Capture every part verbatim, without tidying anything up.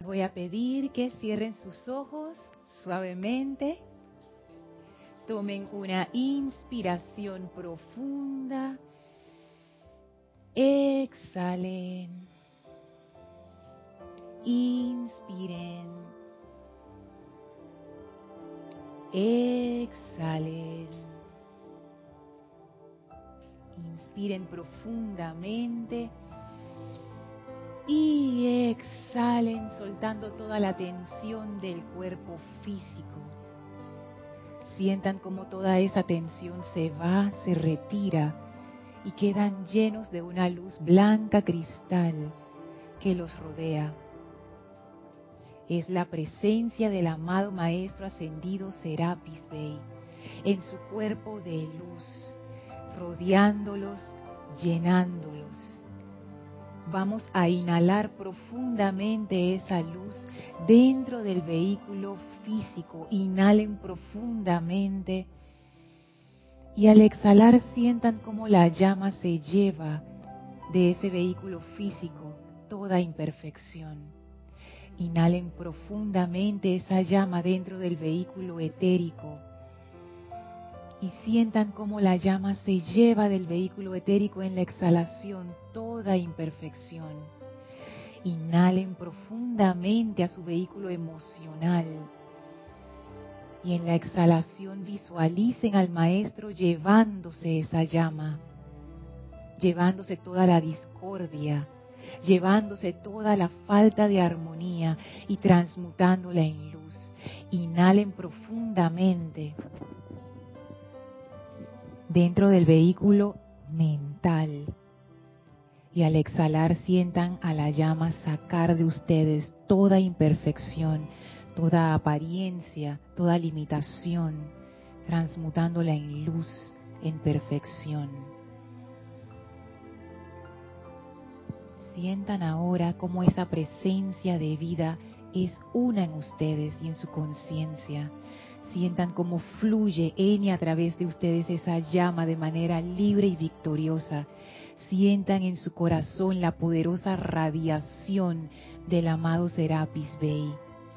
Voy a pedir que cierren sus ojos suavemente. Tomen una inspiración profunda. Exhalen. Inspiren. Exhalen. Inspiren profundamente. Y exhalen soltando toda la tensión del cuerpo físico. Sientan como toda esa tensión se va, se retira y quedan llenos de una luz blanca cristal que los rodea. Es la presencia del amado Maestro Ascendido Serapis Bey en su cuerpo de luz, rodeándolos, llenándolos. Vamos a inhalar profundamente esa luz dentro del vehículo físico. Inhalen profundamente y al exhalar sientan cómo la llama se lleva de ese vehículo físico toda imperfección. Inhalen profundamente esa llama dentro del vehículo etérico y sientan cómo la llama se lleva del vehículo etérico en la exhalación toda imperfección. Inhalen profundamente a su vehículo emocional y en la exhalación visualicen al Maestro llevándose esa llama, llevándose toda la discordia, llevándose toda la falta de armonía y transmutándola en luz. Inhalen profundamente dentro del vehículo mental y al exhalar sientan a la llama sacar de ustedes toda imperfección, toda apariencia, toda limitación, transmutándola en luz, en perfección. Sientan ahora cómo esa presencia de vida es una en ustedes y en su conciencia. Sientan cómo fluye en y a través de ustedes esa llama de manera libre y victoriosa. Sientan en su corazón la poderosa radiación del amado Serapis Bey.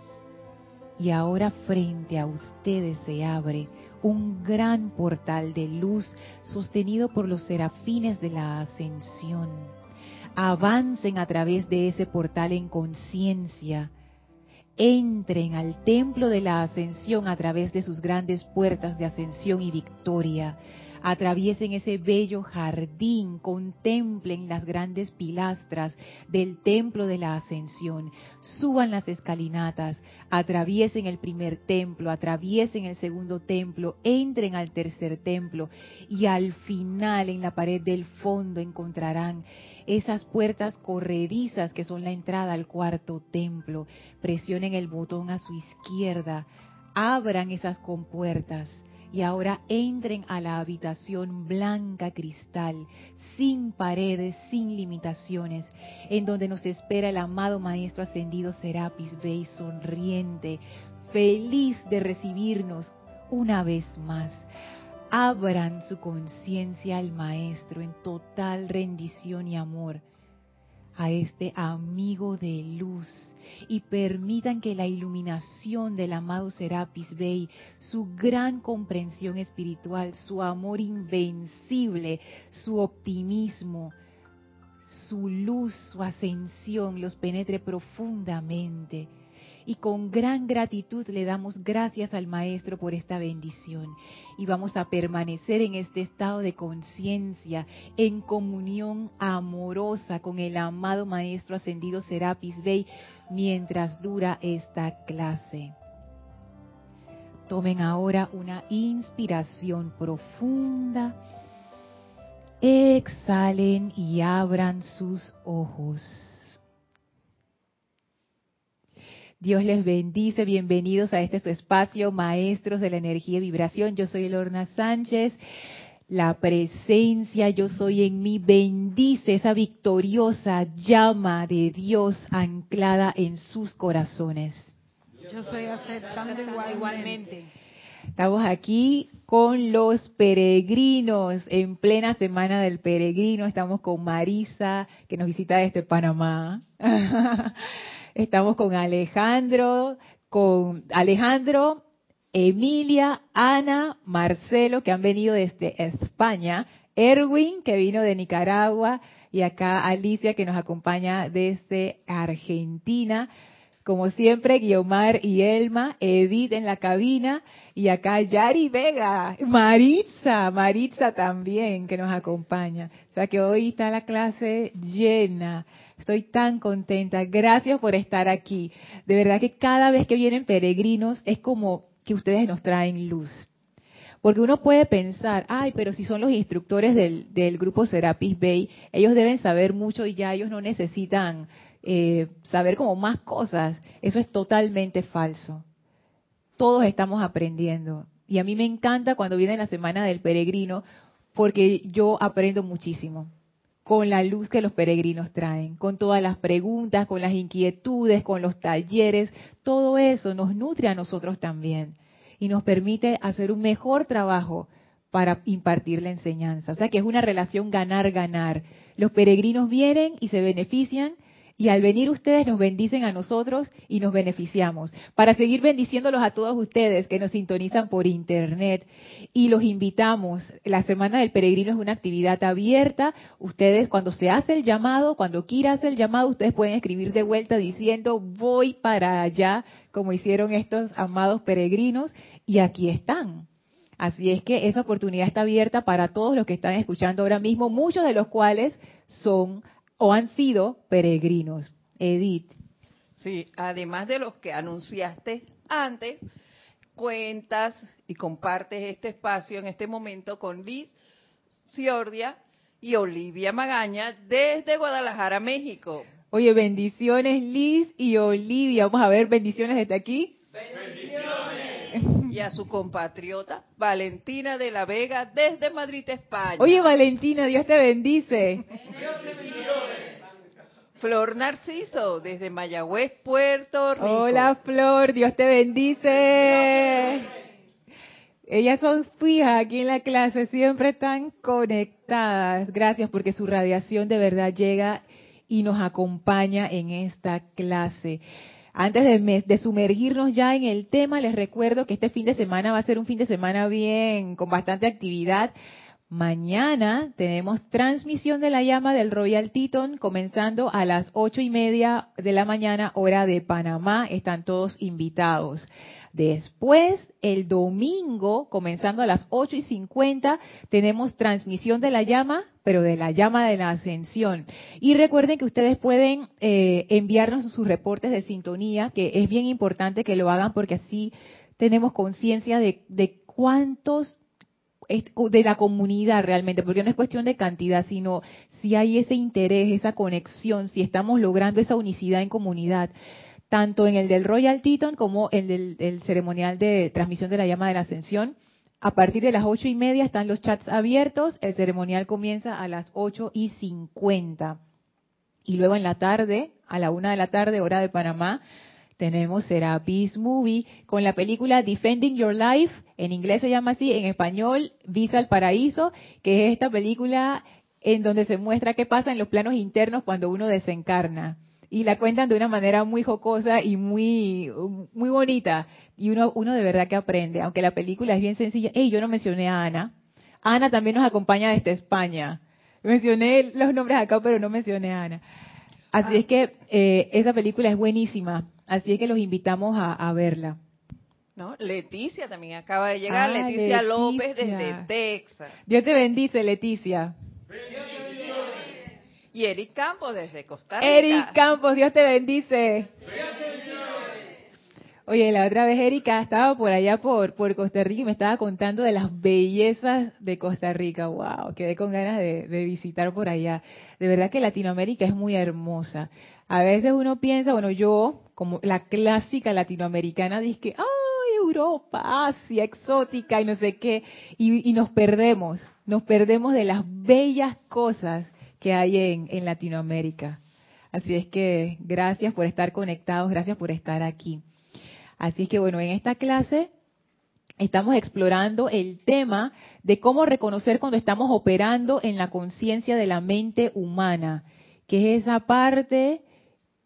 Y ahora frente a ustedes se abre un gran portal de luz sostenido por los serafines de la ascensión. Avancen a través de ese portal en conciencia. Entren al templo de la ascensión a través de sus grandes puertas de ascensión y victoria. Atraviesen ese bello jardín, contemplen las grandes pilastras del templo de la ascensión, suban las escalinatas, atraviesen el primer templo, atraviesen el segundo templo, entren al tercer templo y al final en la pared del fondo encontrarán esas puertas corredizas que son la entrada al cuarto templo. Presionen el botón a su izquierda, abran esas compuertas. Y ahora entren a la habitación blanca cristal, sin paredes, sin limitaciones, en donde nos espera el amado Maestro Ascendido Serapis Bey, sonriente, feliz de recibirnos una vez más. Abran su conciencia al Maestro en total rendición y amor a este amigo de luz y permitan que la iluminación del amado Serapis Bey, su gran comprensión espiritual, su amor invencible, su optimismo, su luz, su ascensión los penetre profundamente. Y con gran gratitud le damos gracias al Maestro por esta bendición. Y vamos a permanecer en este estado de conciencia, en comunión amorosa con el amado Maestro Ascendido Serapis Bey, mientras dura esta clase. Tomen ahora una inspiración profunda. Exhalen y abran sus ojos. Dios les bendice, bienvenidos a este su espacio, Maestros de la Energía y Vibración. Yo soy Lorna Sánchez. La presencia Yo Soy en mí bendice esa victoriosa llama de Dios anclada en sus corazones. Yo soy aceptando igualmente. Estamos aquí con los peregrinos, en plena semana del peregrino. Estamos con Marisa, que nos visita desde Panamá. Estamos con Alejandro, con Alejandro, Emilia, Ana, Marcelo, que han venido desde España, Erwin, que vino de Nicaragua, y acá Alicia, que nos acompaña desde Argentina. Como siempre, Guiomar y Elma, Edith en la cabina, y acá Yari Vega, Maritza, Maritza también, que nos acompaña. O sea que hoy está la clase llena. Estoy tan contenta. Gracias por estar aquí. De verdad que cada vez que vienen peregrinos es como que ustedes nos traen luz. Porque uno puede pensar, ay, pero si son los instructores del, del grupo Serapis Bay, ellos deben saber mucho y ya ellos no necesitan eh, saber como más cosas. Eso es totalmente falso. Todos estamos aprendiendo. Y a mí me encanta cuando viene la Semana del Peregrino, porque yo aprendo muchísimo con la luz que los peregrinos traen, con todas las preguntas, con las inquietudes, con los talleres. Todo eso nos nutre a nosotros también y nos permite hacer un mejor trabajo para impartir la enseñanza. O sea que es una relación ganar-ganar. Los peregrinos vienen y se benefician, y al venir ustedes nos bendicen a nosotros y nos beneficiamos. Para seguir bendiciéndolos a todos ustedes que nos sintonizan por internet, y los invitamos. La Semana del Peregrino es una actividad abierta. Ustedes, cuando se hace el llamado, cuando Kira hace el llamado, ustedes pueden escribir de vuelta diciendo voy para allá, como hicieron estos amados peregrinos, y aquí están. Así es que esa oportunidad está abierta para todos los que están escuchando ahora mismo, muchos de los cuales son o han sido peregrinos. Edith. Sí, además de los que anunciaste antes, cuentas y compartes este espacio en este momento con Liz Ciordia y Olivia Magaña desde Guadalajara, México. Oye, bendiciones Liz y Olivia. Vamos a ver bendiciones desde aquí. Bendiciones. Y a su compatriota Valentina de la Vega desde Madrid, España. Oye, Valentina, Dios te bendice. Flor Narciso desde Mayagüez, Puerto Rico. Hola Flor, Dios te bendice. Ellas son fijas aquí en la clase, siempre están conectadas. Gracias porque su radiación de verdad llega y nos acompaña en esta clase. Antes de, de sumergirnos ya en el tema, les recuerdo que este fin de semana va a ser un fin de semana bien, con bastante actividad. Mañana tenemos transmisión de la llama del Royal Teton, comenzando a las ocho y media de la mañana, hora de Panamá. Están todos invitados. Después, el domingo, comenzando a las ocho y cincuenta, tenemos transmisión de la llama, pero de la llama de la ascensión. Y recuerden que ustedes pueden eh, enviarnos sus reportes de sintonía, que es bien importante que lo hagan porque así tenemos conciencia de, de cuántos, de la comunidad realmente, porque no es cuestión de cantidad, sino si hay ese interés, esa conexión, si estamos logrando esa unicidad en comunidad, tanto en el del Royal Teton como en el del ceremonial de transmisión de la llama de la ascensión. A partir de las ocho y media están los chats abiertos, el ceremonial comienza a las ocho y cincuenta. Y luego en la tarde, a la una de la tarde, hora de Panamá, tenemos Serapis Movie con la película Defending Your Life, en inglés se llama así, en español Visa al Paraíso, que es esta película en donde se muestra qué pasa en los planos internos cuando uno desencarna. Y la cuentan de una manera muy jocosa y muy muy bonita. Y uno uno de verdad que aprende, aunque la película es bien sencilla. Ey, yo no mencioné a Ana. Ana también nos acompaña desde España. Mencioné los nombres acá, pero no mencioné a Ana. Así ah. es que eh, esa película es buenísima. Así es que los invitamos a, a verla. ¿No? Leticia también acaba de llegar. Ah, Leticia, Leticia López desde Texas. Dios te bendice, Leticia. Y Eric Campos desde Costa Rica. Eric Campos, Dios te bendice. Oye, la otra vez Erika estaba por allá por, por Costa Rica y me estaba contando de las bellezas de Costa Rica. Wow, quedé con ganas de, de visitar por allá. De verdad que Latinoamérica es muy hermosa. A veces uno piensa, bueno, yo, como la clásica latinoamericana, dice que, ¡ay, Europa, Asia, exótica y no sé qué! Y, y nos perdemos, nos perdemos de las bellas cosas que hay en, en Latinoamérica. Así es que gracias por estar conectados, gracias por estar aquí. Así es que bueno, en esta clase estamos explorando el tema de cómo reconocer cuando estamos operando en la conciencia de la mente humana, que es esa parte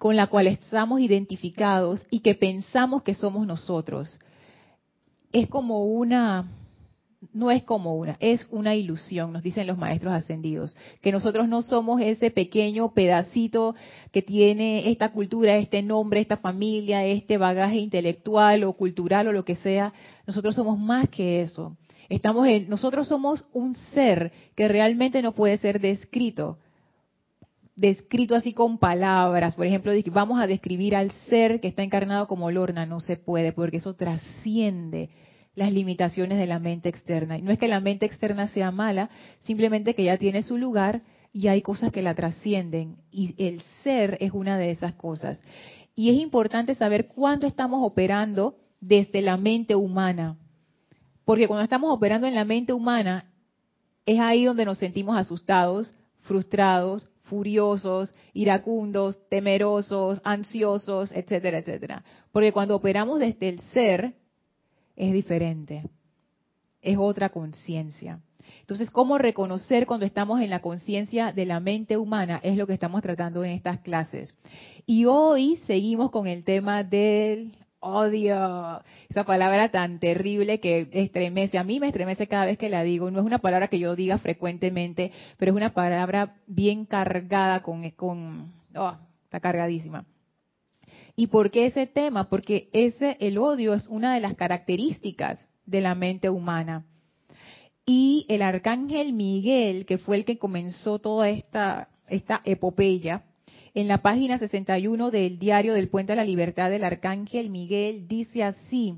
con la cual estamos identificados y que pensamos que somos nosotros. Es como una, no es como una, es una ilusión, nos dicen los maestros ascendidos, que nosotros no somos ese pequeño pedacito que tiene esta cultura, este nombre, esta familia, este bagaje intelectual o cultural o lo que sea. Nosotros somos más que eso. Estamos en, nosotros somos un ser que realmente no puede ser descrito. Descrito así con palabras, por ejemplo, vamos a describir al ser que está encarnado como Lorna, no se puede, porque eso trasciende las limitaciones de la mente externa. Y no es que la mente externa sea mala, simplemente que ya tiene su lugar y hay cosas que la trascienden, y el ser es una de esas cosas. Y es importante saber cuándo estamos operando desde la mente humana, porque cuando estamos operando en la mente humana, es ahí donde nos sentimos asustados, frustrados, furiosos, iracundos, temerosos, ansiosos, etcétera, etcétera. Porque cuando operamos desde el ser, es diferente. Es otra conciencia. Entonces, ¿cómo reconocer cuando estamos en la conciencia de la mente humana? Es lo que estamos tratando en estas clases. Y hoy seguimos con el tema del odio, esa palabra tan terrible que estremece, a mí me estremece cada vez que la digo. No es una palabra que yo diga frecuentemente, pero es una palabra bien cargada con, con oh, está cargadísima. ¿Y por qué ese tema? Porque ese, el odio es una de las características de la mente humana. Y el arcángel Miguel, que fue el que comenzó toda esta, esta epopeya, en la página sesenta y uno del diario del Puente a la Libertad del Arcángel Miguel, dice así: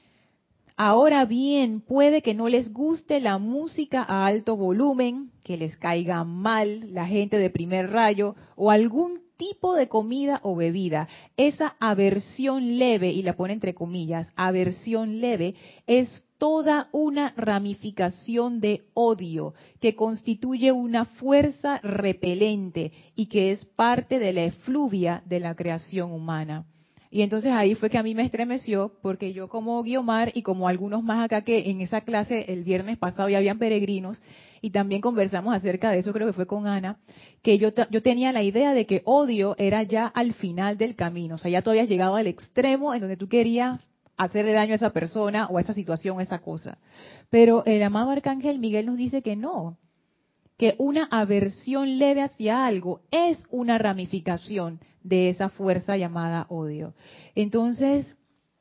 ahora bien, puede que no les guste la música a alto volumen, que les caiga mal la gente de primer rayo, o algún tipo de comida o bebida. Esa aversión leve, y la pone entre comillas, aversión leve, es toda una ramificación de odio que constituye una fuerza repelente y que es parte de la efluvia de la creación humana. Y entonces ahí fue que a mí me estremeció, porque yo como Guiomar y como algunos más acá que en esa clase el viernes pasado ya habían peregrinos y también conversamos acerca de eso, creo que fue con Ana, que yo, yo tenía la idea de que odio era ya al final del camino, o sea, ya tú habías llegado al extremo en donde tú querías hacerle daño a esa persona o a esa situación o a esa cosa. Pero el amado Arcángel Miguel nos dice que no, que una aversión leve hacia algo es una ramificación de esa fuerza llamada odio. Entonces,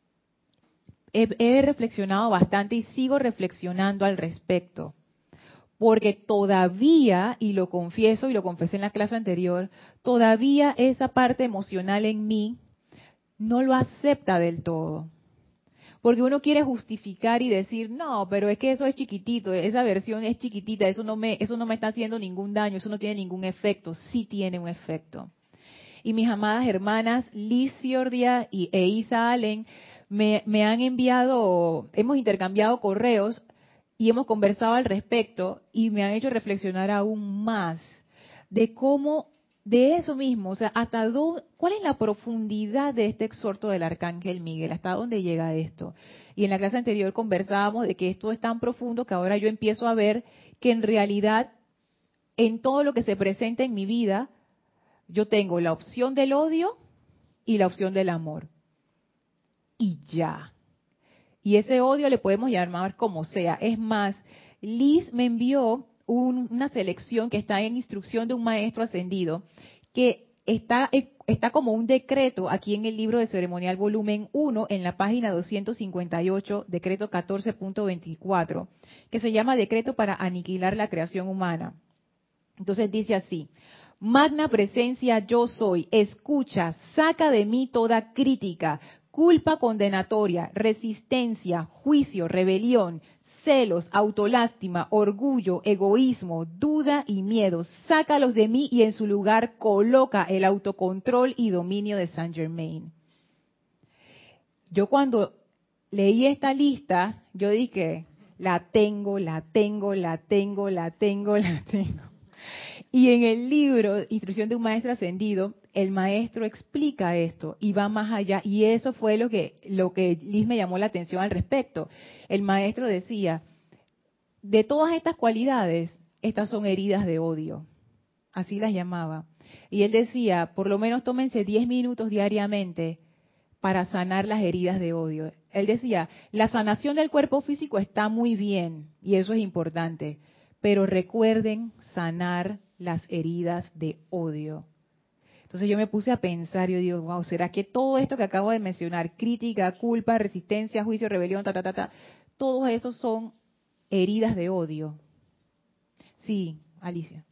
he, he reflexionado bastante y sigo reflexionando al respecto, porque todavía, y lo confieso y lo confesé en la clase anterior, todavía esa parte emocional en mí no lo acepta del todo. Porque uno quiere justificar y decir, no, pero es que eso es chiquitito, esa versión es chiquitita, eso no me, eso no me está haciendo ningún daño, eso no tiene ningún efecto. Sí tiene un efecto. Y mis amadas hermanas Liz Ciordia y e Isa Allen me, me han enviado, hemos intercambiado correos y hemos conversado al respecto y me han hecho reflexionar aún más de cómo, de eso mismo, o sea, hasta dónde, cuál es la profundidad de este exhorto del Arcángel Miguel, hasta dónde llega esto. Y en la clase anterior conversábamos de que esto es tan profundo que ahora yo empiezo a ver que en realidad en todo lo que se presenta en mi vida, yo tengo la opción del odio y la opción del amor. Y ya. Y ese odio le podemos llamar como sea. Es más, Liz me envió un, una selección que está en instrucción de un maestro ascendido, que está, está como un decreto aquí en el libro de ceremonial volumen uno, en la página doscientos cincuenta y ocho, decreto catorce punto veinticuatro, que se llama Decreto para aniquilar la creación humana. Entonces dice así: magna presencia yo soy, escucha, saca de mí toda crítica, culpa condenatoria, resistencia, juicio, rebelión, celos, autolástima, orgullo, egoísmo, duda y miedo. Sácalos de mí y en su lugar coloca el autocontrol y dominio de Saint Germain. Yo cuando leí esta lista, yo dije, la tengo, la tengo, la tengo, la tengo, la tengo. Y en el libro Instrucción de un Maestro Ascendido, el maestro explica esto y va más allá. Y eso fue lo que, lo que Liz me llamó la atención al respecto. El maestro decía, de todas estas cualidades, estas son heridas de odio. Así las llamaba. y él decía, por lo menos tómense diez minutos diariamente para sanar las heridas de odio. Él decía, la sanación del cuerpo físico está muy bien, y eso es importante, pero recuerden sanar las heridas de odio. Entonces yo me puse a pensar, yo digo, wow, ¿será que todo esto que acabo de mencionar, crítica, culpa, resistencia, juicio, rebelión, ta, ta, ta, ta, todos esos son heridas de odio? Sí, Alicia.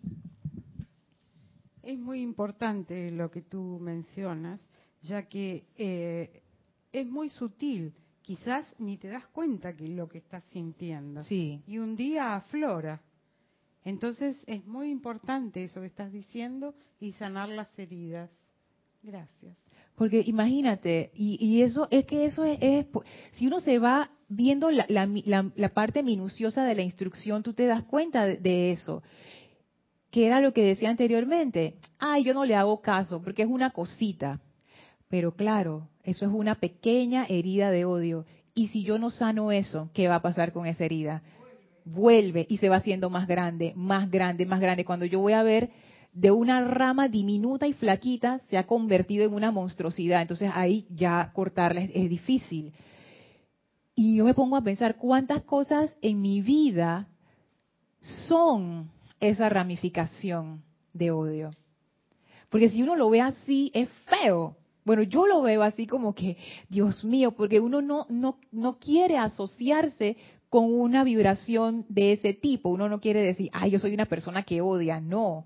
Es muy importante lo que tú mencionas, ya que eh, es muy sutil. Quizás ni te das cuenta que lo que estás sintiendo. Sí. Y un día aflora. Entonces es muy importante eso que estás diciendo y sanar las heridas. Gracias. Porque imagínate, y, y eso es que eso es, es, si uno se va viendo la, la, la, la parte minuciosa de la instrucción, tú te das cuenta de, de eso. Que era lo que decía anteriormente. Ay, yo no le hago caso porque es una cosita. Pero claro, eso es una pequeña herida de odio. Y si yo no sano eso, ¿qué va a pasar con esa herida? Vuelve y se va haciendo más grande, más grande, más grande. Cuando yo voy a ver de una rama diminuta y flaquita, se ha convertido en una monstruosidad. Entonces ahí ya cortarla es, es difícil. Y yo me pongo a pensar cuántas cosas en mi vida son esa ramificación de odio. Porque si uno lo ve así, es feo. Bueno, yo lo veo así como que, Dios mío, porque uno no, no, no quiere asociarse con una vibración de ese tipo. Uno no quiere decir, ay, yo soy una persona que odia. No.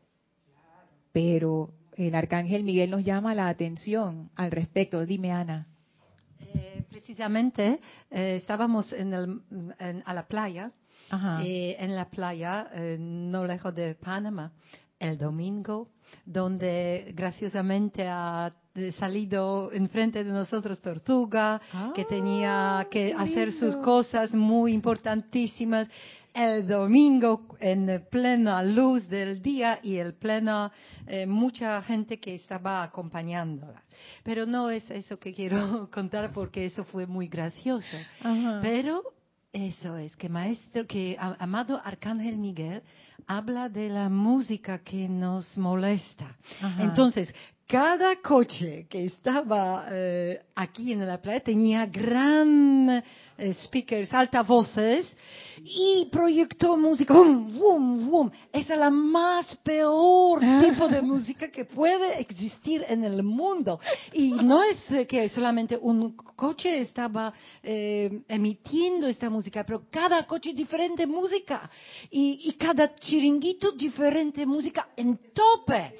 Pero el Arcángel Miguel nos llama la atención al respecto. Dime, Ana. Eh, precisamente eh, estábamos en el, en, a la playa, eh, en la playa, eh, no lejos de Panamá, el domingo, donde graciosamente ha salido enfrente de nosotros Tortuga, ah, que tenía que hacer sus cosas muy importantísimas. El domingo en plena luz del día y en plena eh, mucha gente que estaba acompañándola. Pero no es eso que quiero contar porque eso fue muy gracioso. Ajá. Pero eso es que maestro, que amado Arcángel Miguel habla de la música que nos molesta. Ajá. Entonces, cada coche que estaba eh, aquí en la playa tenía gran eh, speakers, altavoces, y proyectó música. ¡Bum, bum, bum! Esa es la más peor tipo de música que puede existir en el mundo. Y no es que solamente un coche estaba eh, emitiendo esta música, pero cada coche diferente música. Y, y cada chiringuito diferente música en tope.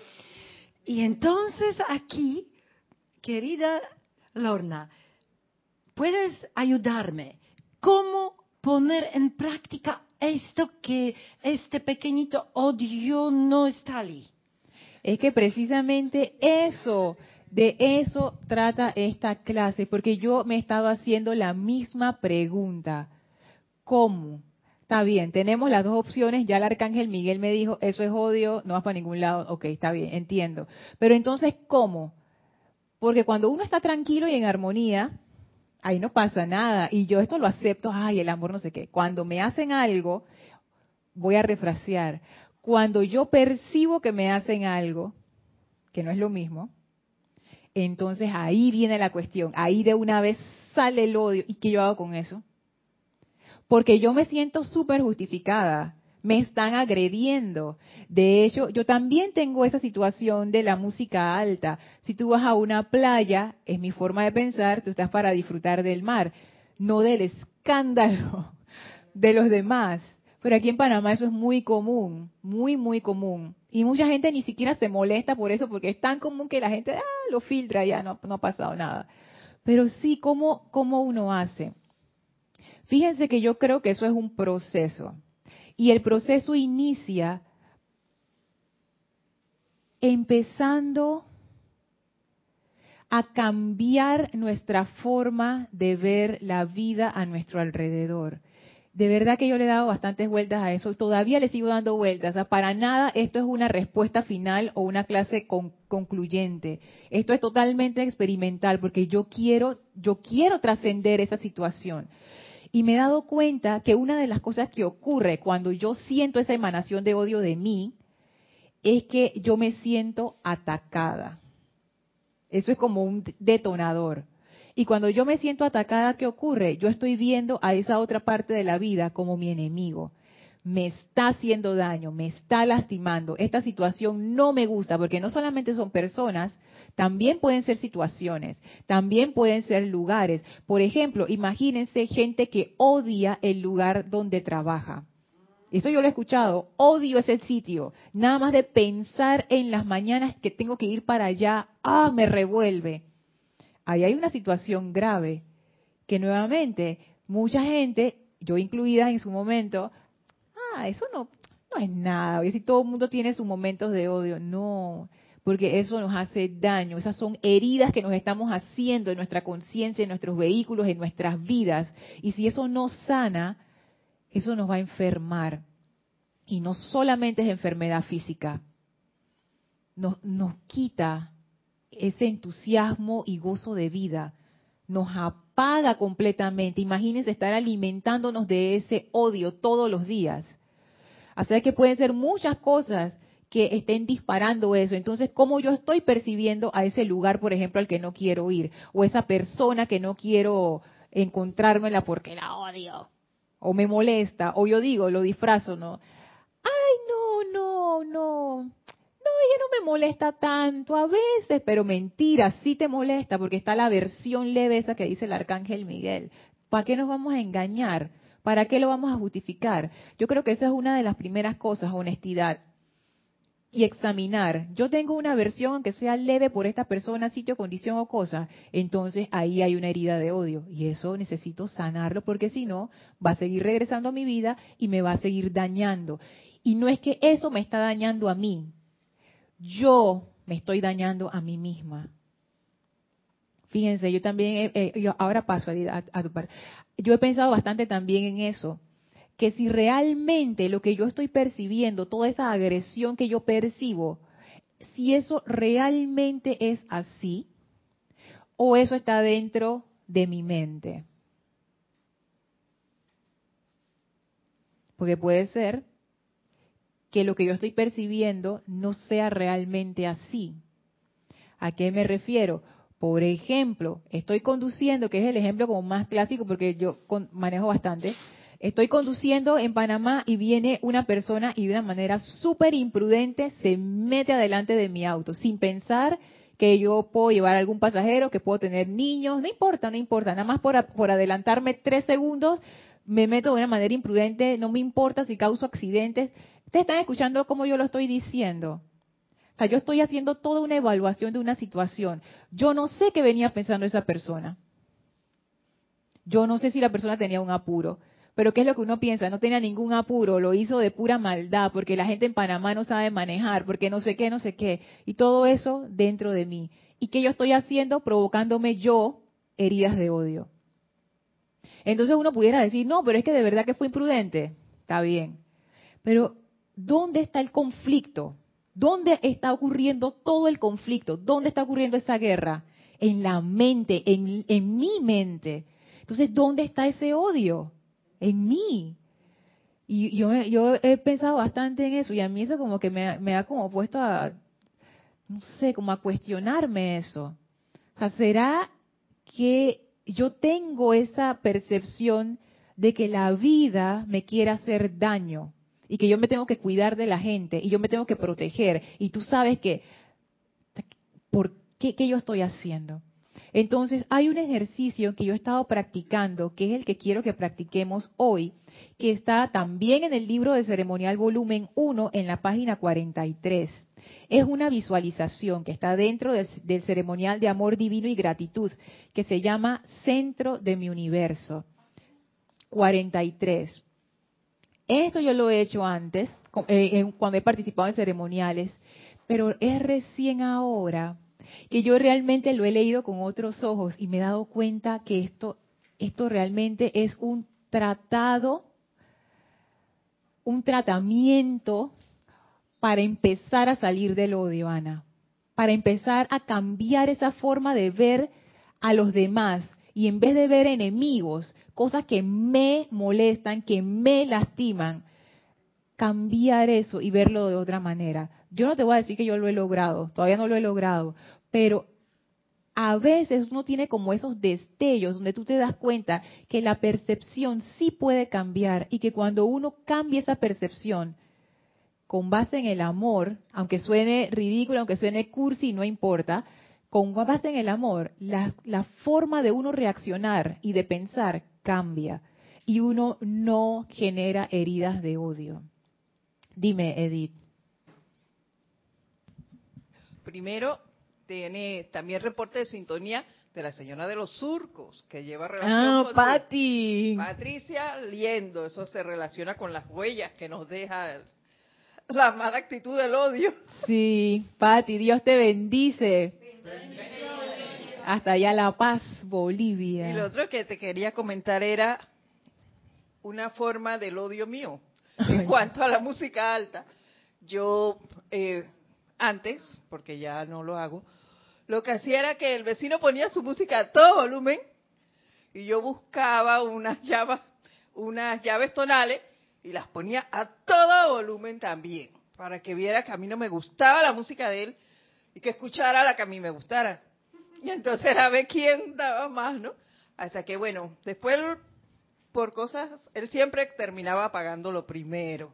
Y entonces aquí, querida Lorna, ¿puedes ayudarme? ¿Cómo poner en práctica esto que este pequeñito odio no está ahí? Es que precisamente eso, de eso trata esta clase, porque yo me estaba haciendo la misma pregunta. ¿Cómo? Está bien, tenemos las dos opciones, ya el Arcángel Miguel me dijo, eso es odio, no vas para ningún lado, ok, está bien, entiendo. Pero entonces, ¿cómo? Porque cuando uno está tranquilo y en armonía, ahí no pasa nada, y yo esto lo acepto, ay, el amor no sé qué. Cuando me hacen algo, voy a refrasear, cuando yo percibo que me hacen algo, que no es lo mismo, entonces ahí viene la cuestión, ahí de una vez sale el odio, ¿y qué yo hago con eso? Porque yo me siento súper justificada, me están agrediendo. De hecho, yo también tengo esa situación de la música alta. Si tú vas a una playa, es mi forma de pensar, tú estás para disfrutar del mar, no del escándalo de los demás. Pero aquí en Panamá eso es muy común, muy, muy común. Y mucha gente ni siquiera se molesta por eso, porque es tan común que la gente ah, lo filtra, ya no, no ha pasado nada. Pero sí, ¿cómo, cómo uno hace? Fíjense que yo creo que eso es un proceso. Y el proceso inicia empezando a cambiar nuestra forma de ver la vida a nuestro alrededor. De verdad que yo le he dado bastantes vueltas a eso, todavía le sigo dando vueltas. O sea, para nada esto es una respuesta final o una clase con, concluyente. Esto es totalmente experimental porque yo quiero, yo quiero trascender esa situación. Y me he dado cuenta que una de las cosas que ocurre cuando yo siento esa emanación de odio de mí es que yo me siento atacada. Eso es como un detonador. Y cuando yo me siento atacada, ¿qué ocurre? Yo estoy viendo a esa otra parte de la vida como mi enemigo. Me está haciendo daño, me está lastimando. Esta situación no me gusta, porque no solamente son personas, también pueden ser situaciones, también pueden ser lugares. Por ejemplo, imagínense gente que odia el lugar donde trabaja. Esto yo lo he escuchado, odio ese sitio. Nada más de pensar en las mañanas que tengo que ir para allá, ¡ah! Me revuelve. Ahí hay una situación grave, que nuevamente mucha gente, yo incluida en su momento, ah, eso no, no es nada. Oye, si todo el mundo tiene sus momentos de odio, no, porque eso nos hace daño. Esas son heridas que nos estamos haciendo en nuestra conciencia, en nuestros vehículos, en nuestras vidas. Y si eso no sana, eso nos va a enfermar. Y no solamente es enfermedad física, nos, nos quita ese entusiasmo y gozo de vida, nos apaga completamente. Imagínense estar alimentándonos de ese odio todos los días. O sea que pueden ser muchas cosas que estén disparando eso. Entonces, ¿cómo yo estoy percibiendo a ese lugar, por ejemplo, al que no quiero ir? O esa persona que no quiero encontrármela porque la odio. O me molesta. O yo digo, lo disfrazo, ¿no? Ay, no, no, no. No, ella no me molesta tanto a veces, pero mentira, sí te molesta porque está la versión leve esa que dice el Arcángel Miguel. ¿Para qué nos vamos a engañar? ¿Para qué lo vamos a justificar? Yo creo que esa es una de las primeras cosas, honestidad. Y examinar. Yo tengo una versión, aunque sea leve por esta persona, sitio, condición o cosa. Entonces ahí hay una herida de odio. Y eso necesito sanarlo porque si no, va a seguir regresando a mi vida y me va a seguir dañando. Y no es que eso me está dañando a mí. Yo me estoy dañando a mí misma. Fíjense, yo también, eh, yo ahora paso a, a, a tu parte. Yo he pensado bastante también en eso, que si realmente lo que yo estoy percibiendo, toda esa agresión que yo percibo, si eso realmente es así, o eso está dentro de mi mente. Porque puede ser que lo que yo estoy percibiendo no sea realmente así. ¿A qué me refiero? Por ejemplo, estoy conduciendo, que es el ejemplo como más clásico porque yo con, manejo bastante. Estoy conduciendo en Panamá y viene una persona y de una manera súper imprudente se mete adelante de mi auto, sin pensar que yo puedo llevar algún pasajero, que puedo tener niños, no importa, no importa, nada más por, a, por adelantarme tres segundos, me meto de una manera imprudente, no me importa si causo accidentes. Ustedes están escuchando cómo yo lo estoy diciendo. O sea, yo estoy haciendo toda una evaluación de una situación. Yo no sé qué venía pensando esa persona. Yo no sé si la persona tenía un apuro. Pero ¿qué es lo que uno piensa? No tenía ningún apuro, lo hizo de pura maldad, porque la gente en Panamá no sabe manejar, porque no sé qué, no sé qué. Y todo eso dentro de mí. ¿Y qué yo estoy haciendo? Provocándome yo heridas de odio. Entonces uno pudiera decir, no, pero es que de verdad que fue imprudente. Está bien. Pero, ¿dónde está el conflicto? ¿Dónde está ocurriendo todo el conflicto? ¿Dónde está ocurriendo esa guerra? En la mente, en, en mi mente. Entonces, ¿dónde está ese odio? En mí. Y yo, yo he pensado bastante en eso y a mí eso como que me, me ha como puesto a, no sé, como a cuestionarme eso. O sea, ¿será que yo tengo esa percepción de que la vida me quiere hacer daño? Y que yo me tengo que cuidar de la gente y yo me tengo que proteger. Y tú sabes que, ¿por qué, qué yo estoy haciendo? Entonces, hay un ejercicio que yo he estado practicando, que es el que quiero que practiquemos hoy, que está también en el libro de ceremonial volumen uno, en la página cuarenta y tres. Es una visualización que está dentro del, del ceremonial de amor divino y gratitud, que se llama Centro de mi Universo. cuarenta y tres. Esto yo lo he hecho antes, eh, cuando he participado en ceremoniales, pero es recién ahora que yo realmente lo he leído con otros ojos y me he dado cuenta que esto, esto realmente es un tratado, un tratamiento para empezar a salir del odio, Ana, para empezar a cambiar esa forma de ver a los demás y en vez de ver enemigos, cosas que me molestan, que me lastiman, cambiar eso y verlo de otra manera, yo no te voy a decir que yo lo he logrado, todavía no lo he logrado, pero a veces uno tiene como esos destellos donde tú te das cuenta que la percepción sí puede cambiar y que cuando uno cambia esa percepción con base en el amor, aunque suene ridículo, aunque suene cursi, no importa, con base en el amor, la, la forma de uno reaccionar y de pensar cambia y uno no genera heridas de odio. Dime, Edith. Primero, tiene también reporte de sintonía de la señora de los surcos, que lleva relación ah, con Patti. Patricia Liendo. Eso se relaciona con las huellas que nos deja la mala actitud del odio. Sí, Patti, Dios te bendice. Hasta allá La Paz, Bolivia. Y lo otro que te quería comentar era una forma del odio mío. En cuanto a la música alta, yo eh, antes, porque ya no lo hago, lo que hacía era que el vecino ponía su música a todo volumen y yo buscaba unas llaves, unas llaves tonales y las ponía a todo volumen también, para que viera que a mí no me gustaba la música de él y que escuchara la que a mí me gustara. Y entonces era ver quién daba más, ¿no? Hasta que, bueno, después por cosas, él siempre terminaba pagando lo primero.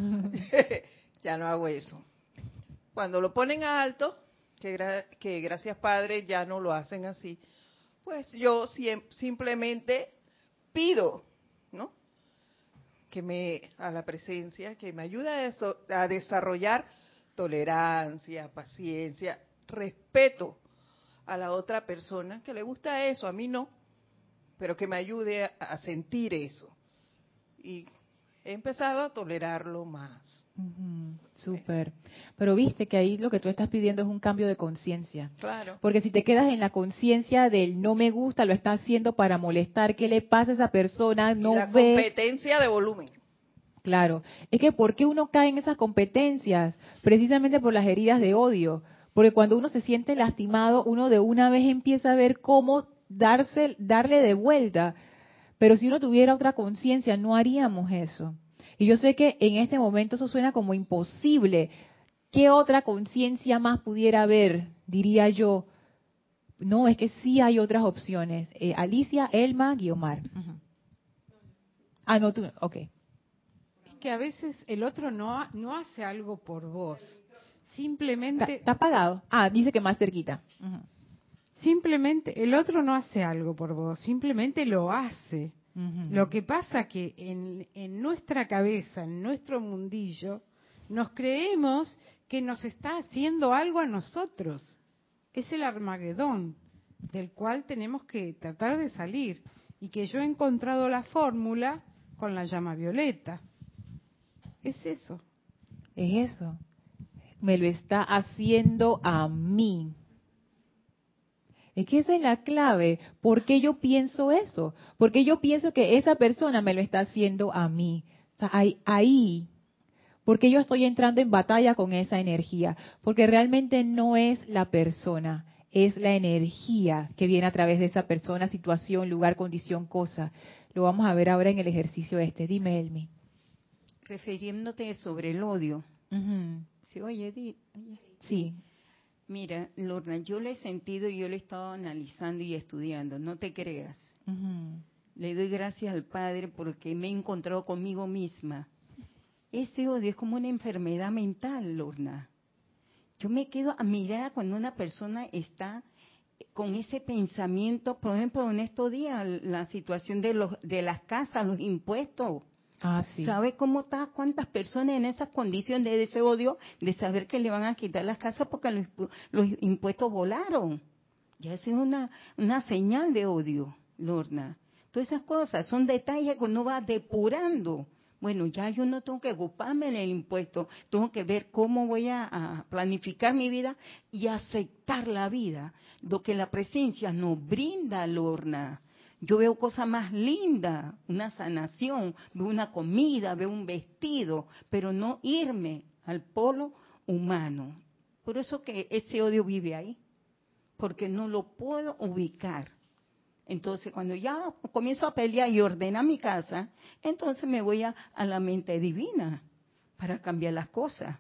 Ya no hago eso. Cuando lo ponen a alto, que, gra que gracias Padre ya no lo hacen así, pues yo sim simplemente pido, ¿no? Que me, a la presencia, que me ayude a, eso, a desarrollar tolerancia, paciencia, respeto a la otra persona, que le gusta eso, a mí no, pero que me ayude a, a sentir eso. Y he empezado a tolerarlo más. Uh-huh, súper. Pero viste que ahí lo que tú estás pidiendo es un cambio de conciencia. Claro. Porque si te quedas en la conciencia del no me gusta, lo está haciendo para molestar, ¿qué le pasa a esa persona? No y la ve. Competencia de volumen. Claro. Es que ¿por qué uno cae en esas competencias? Precisamente por las heridas de odio. Porque cuando uno se siente lastimado, uno de una vez empieza a ver cómo darse, darle de vuelta. Pero si uno tuviera otra conciencia, no haríamos eso. Y yo sé que en este momento eso suena como imposible. ¿Qué otra conciencia más pudiera haber? Diría yo. No, es que sí hay otras opciones. Eh, Alicia, Elma, Guiomar. Uh-huh. Ah, no, tú. Ok. Es que a veces el otro no, no hace algo por vos. Simplemente... ¿Está apagado? Ah, dice que más cerquita. Uh-huh. Simplemente, el otro no hace algo por vos, simplemente lo hace. Uh-huh. Lo que pasa que en, en nuestra cabeza, en nuestro mundillo, nos creemos que nos está haciendo algo a nosotros. Es el Armagedón, del cual tenemos que tratar de salir. Y que yo he encontrado la fórmula con la llama violeta. Es eso. Es eso. Me lo está haciendo a mí. Es que esa es la clave. ¿Por qué yo pienso eso? Porque yo pienso que esa persona me lo está haciendo a mí. O sea, ahí, ahí, porque yo estoy entrando en batalla con esa energía. Porque realmente no es la persona, es la energía que viene a través de esa persona, situación, lugar, condición, cosa. Lo vamos a ver ahora en el ejercicio este. Dime, Elmi. Refiriéndote sobre el odio. Uh-huh. ¿Sí oye, Edith? Sí. Mira, Lorna, yo lo he sentido y yo lo he estado analizando y estudiando, no te creas. Uh-huh. Le doy gracias al Padre porque me he encontrado conmigo misma. Ese odio es como una enfermedad mental, Lorna. Yo me quedo a mirar cuando una persona está con ese pensamiento, por ejemplo, en estos días, la situación de, los, de las casas, los impuestos. Ah, sí. ¿Sabe cómo está? ¿Cuántas personas en esas condiciones de ese odio de saber que le van a quitar las casas porque los, los impuestos volaron? Ya esa es una, una señal de odio, Lorna. Todas esas cosas son detalles que uno va depurando. Bueno, ya yo no tengo que ocuparme del impuesto, tengo que ver cómo voy a, a planificar mi vida y aceptar la vida, lo que la presencia nos brinda, Lorna. Yo veo cosas más lindas, una sanación, veo una comida, veo un vestido, pero no irme al polo humano. Por eso que ese odio vive ahí, porque no lo puedo ubicar. Entonces, cuando ya comienzo a pelear y ordenar mi casa, entonces me voy a, a la mente divina para cambiar las cosas.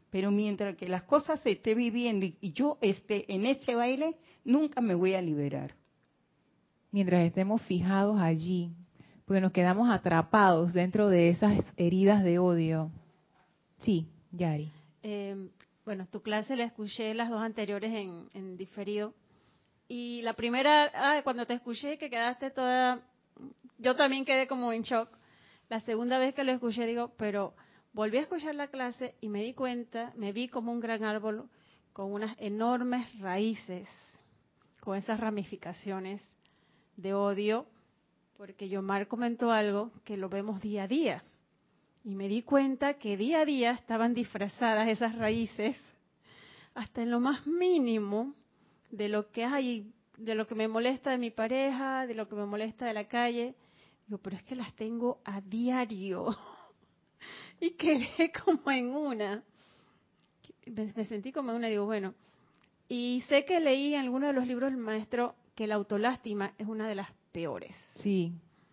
Pero mientras que las cosas se esté viviendo y yo esté en ese baile, nunca me voy a liberar. Mientras estemos fijados allí, porque nos quedamos atrapados dentro de esas heridas de odio. Sí, Yari. Eh, bueno, tu clase la escuché las dos anteriores en, en diferido. Y la primera, ah, cuando te escuché que quedaste toda, yo también quedé como en shock. La segunda vez que lo escuché digo, pero volví a escuchar la clase y me di cuenta, me vi como un gran árbol con unas enormes raíces, con esas ramificaciones de odio, porque Yomar comentó algo que lo vemos día a día. Y me di cuenta que día a día estaban disfrazadas esas raíces, hasta en lo más mínimo, de lo que hay, de lo que me molesta de mi pareja, de lo que me molesta de la calle. Digo, pero es que las tengo a diario. Y quedé como en una. Me, me sentí como en una, digo, bueno. Y sé que leí en alguno de los libros del maestro que la autolástima es una de las peores. Sí.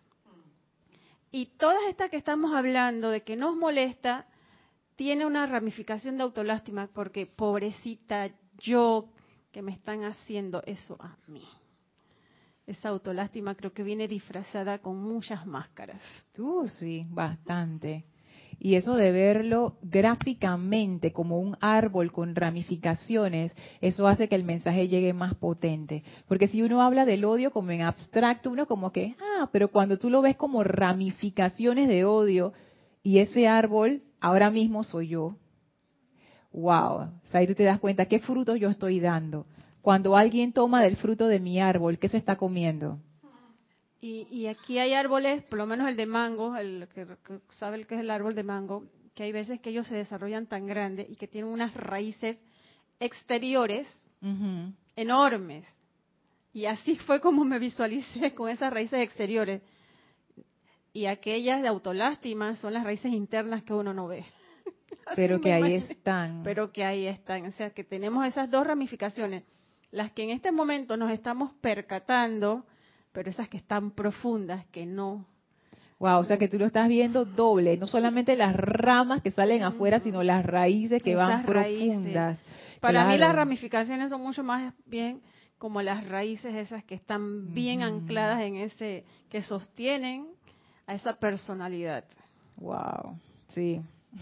Y todas estas que estamos hablando de que nos molesta, tiene una ramificación de autolástima, porque pobrecita yo, que me están haciendo eso a mí. Esa autolástima creo que viene disfrazada con muchas máscaras. Tú sí, bastante. Y eso de verlo gráficamente como un árbol con ramificaciones, eso hace que el mensaje llegue más potente. Porque si uno habla del odio como en abstracto, uno como que, ah, pero cuando tú lo ves como ramificaciones de odio, y ese árbol ahora mismo soy yo. Wow, o sea, ahí tú te das cuenta qué frutos yo estoy dando. Cuando alguien toma del fruto de mi árbol, ¿qué se está comiendo? Y, y aquí hay árboles, por lo menos el de mango, el que, que sabe el que es el árbol de mango, que hay veces que ellos se desarrollan tan grandes y que tienen unas raíces exteriores uh-huh. enormes. Y así fue como me visualicé con esas raíces exteriores. Y aquellas de autolástima son las raíces internas que uno no ve. Pero que ahí están. Pero que ahí están. O sea, que tenemos esas dos ramificaciones. Las que en este momento nos estamos percatando, pero esas que están profundas, que no. Wow, o sea que tú lo estás viendo doble, no solamente las ramas que salen uh-huh. afuera, sino las raíces que esas van profundas. Raíces. Para claro. mí las ramificaciones son mucho más bien como las raíces esas que están bien uh-huh. ancladas en ese, que sostienen a esa personalidad. Wow, sí.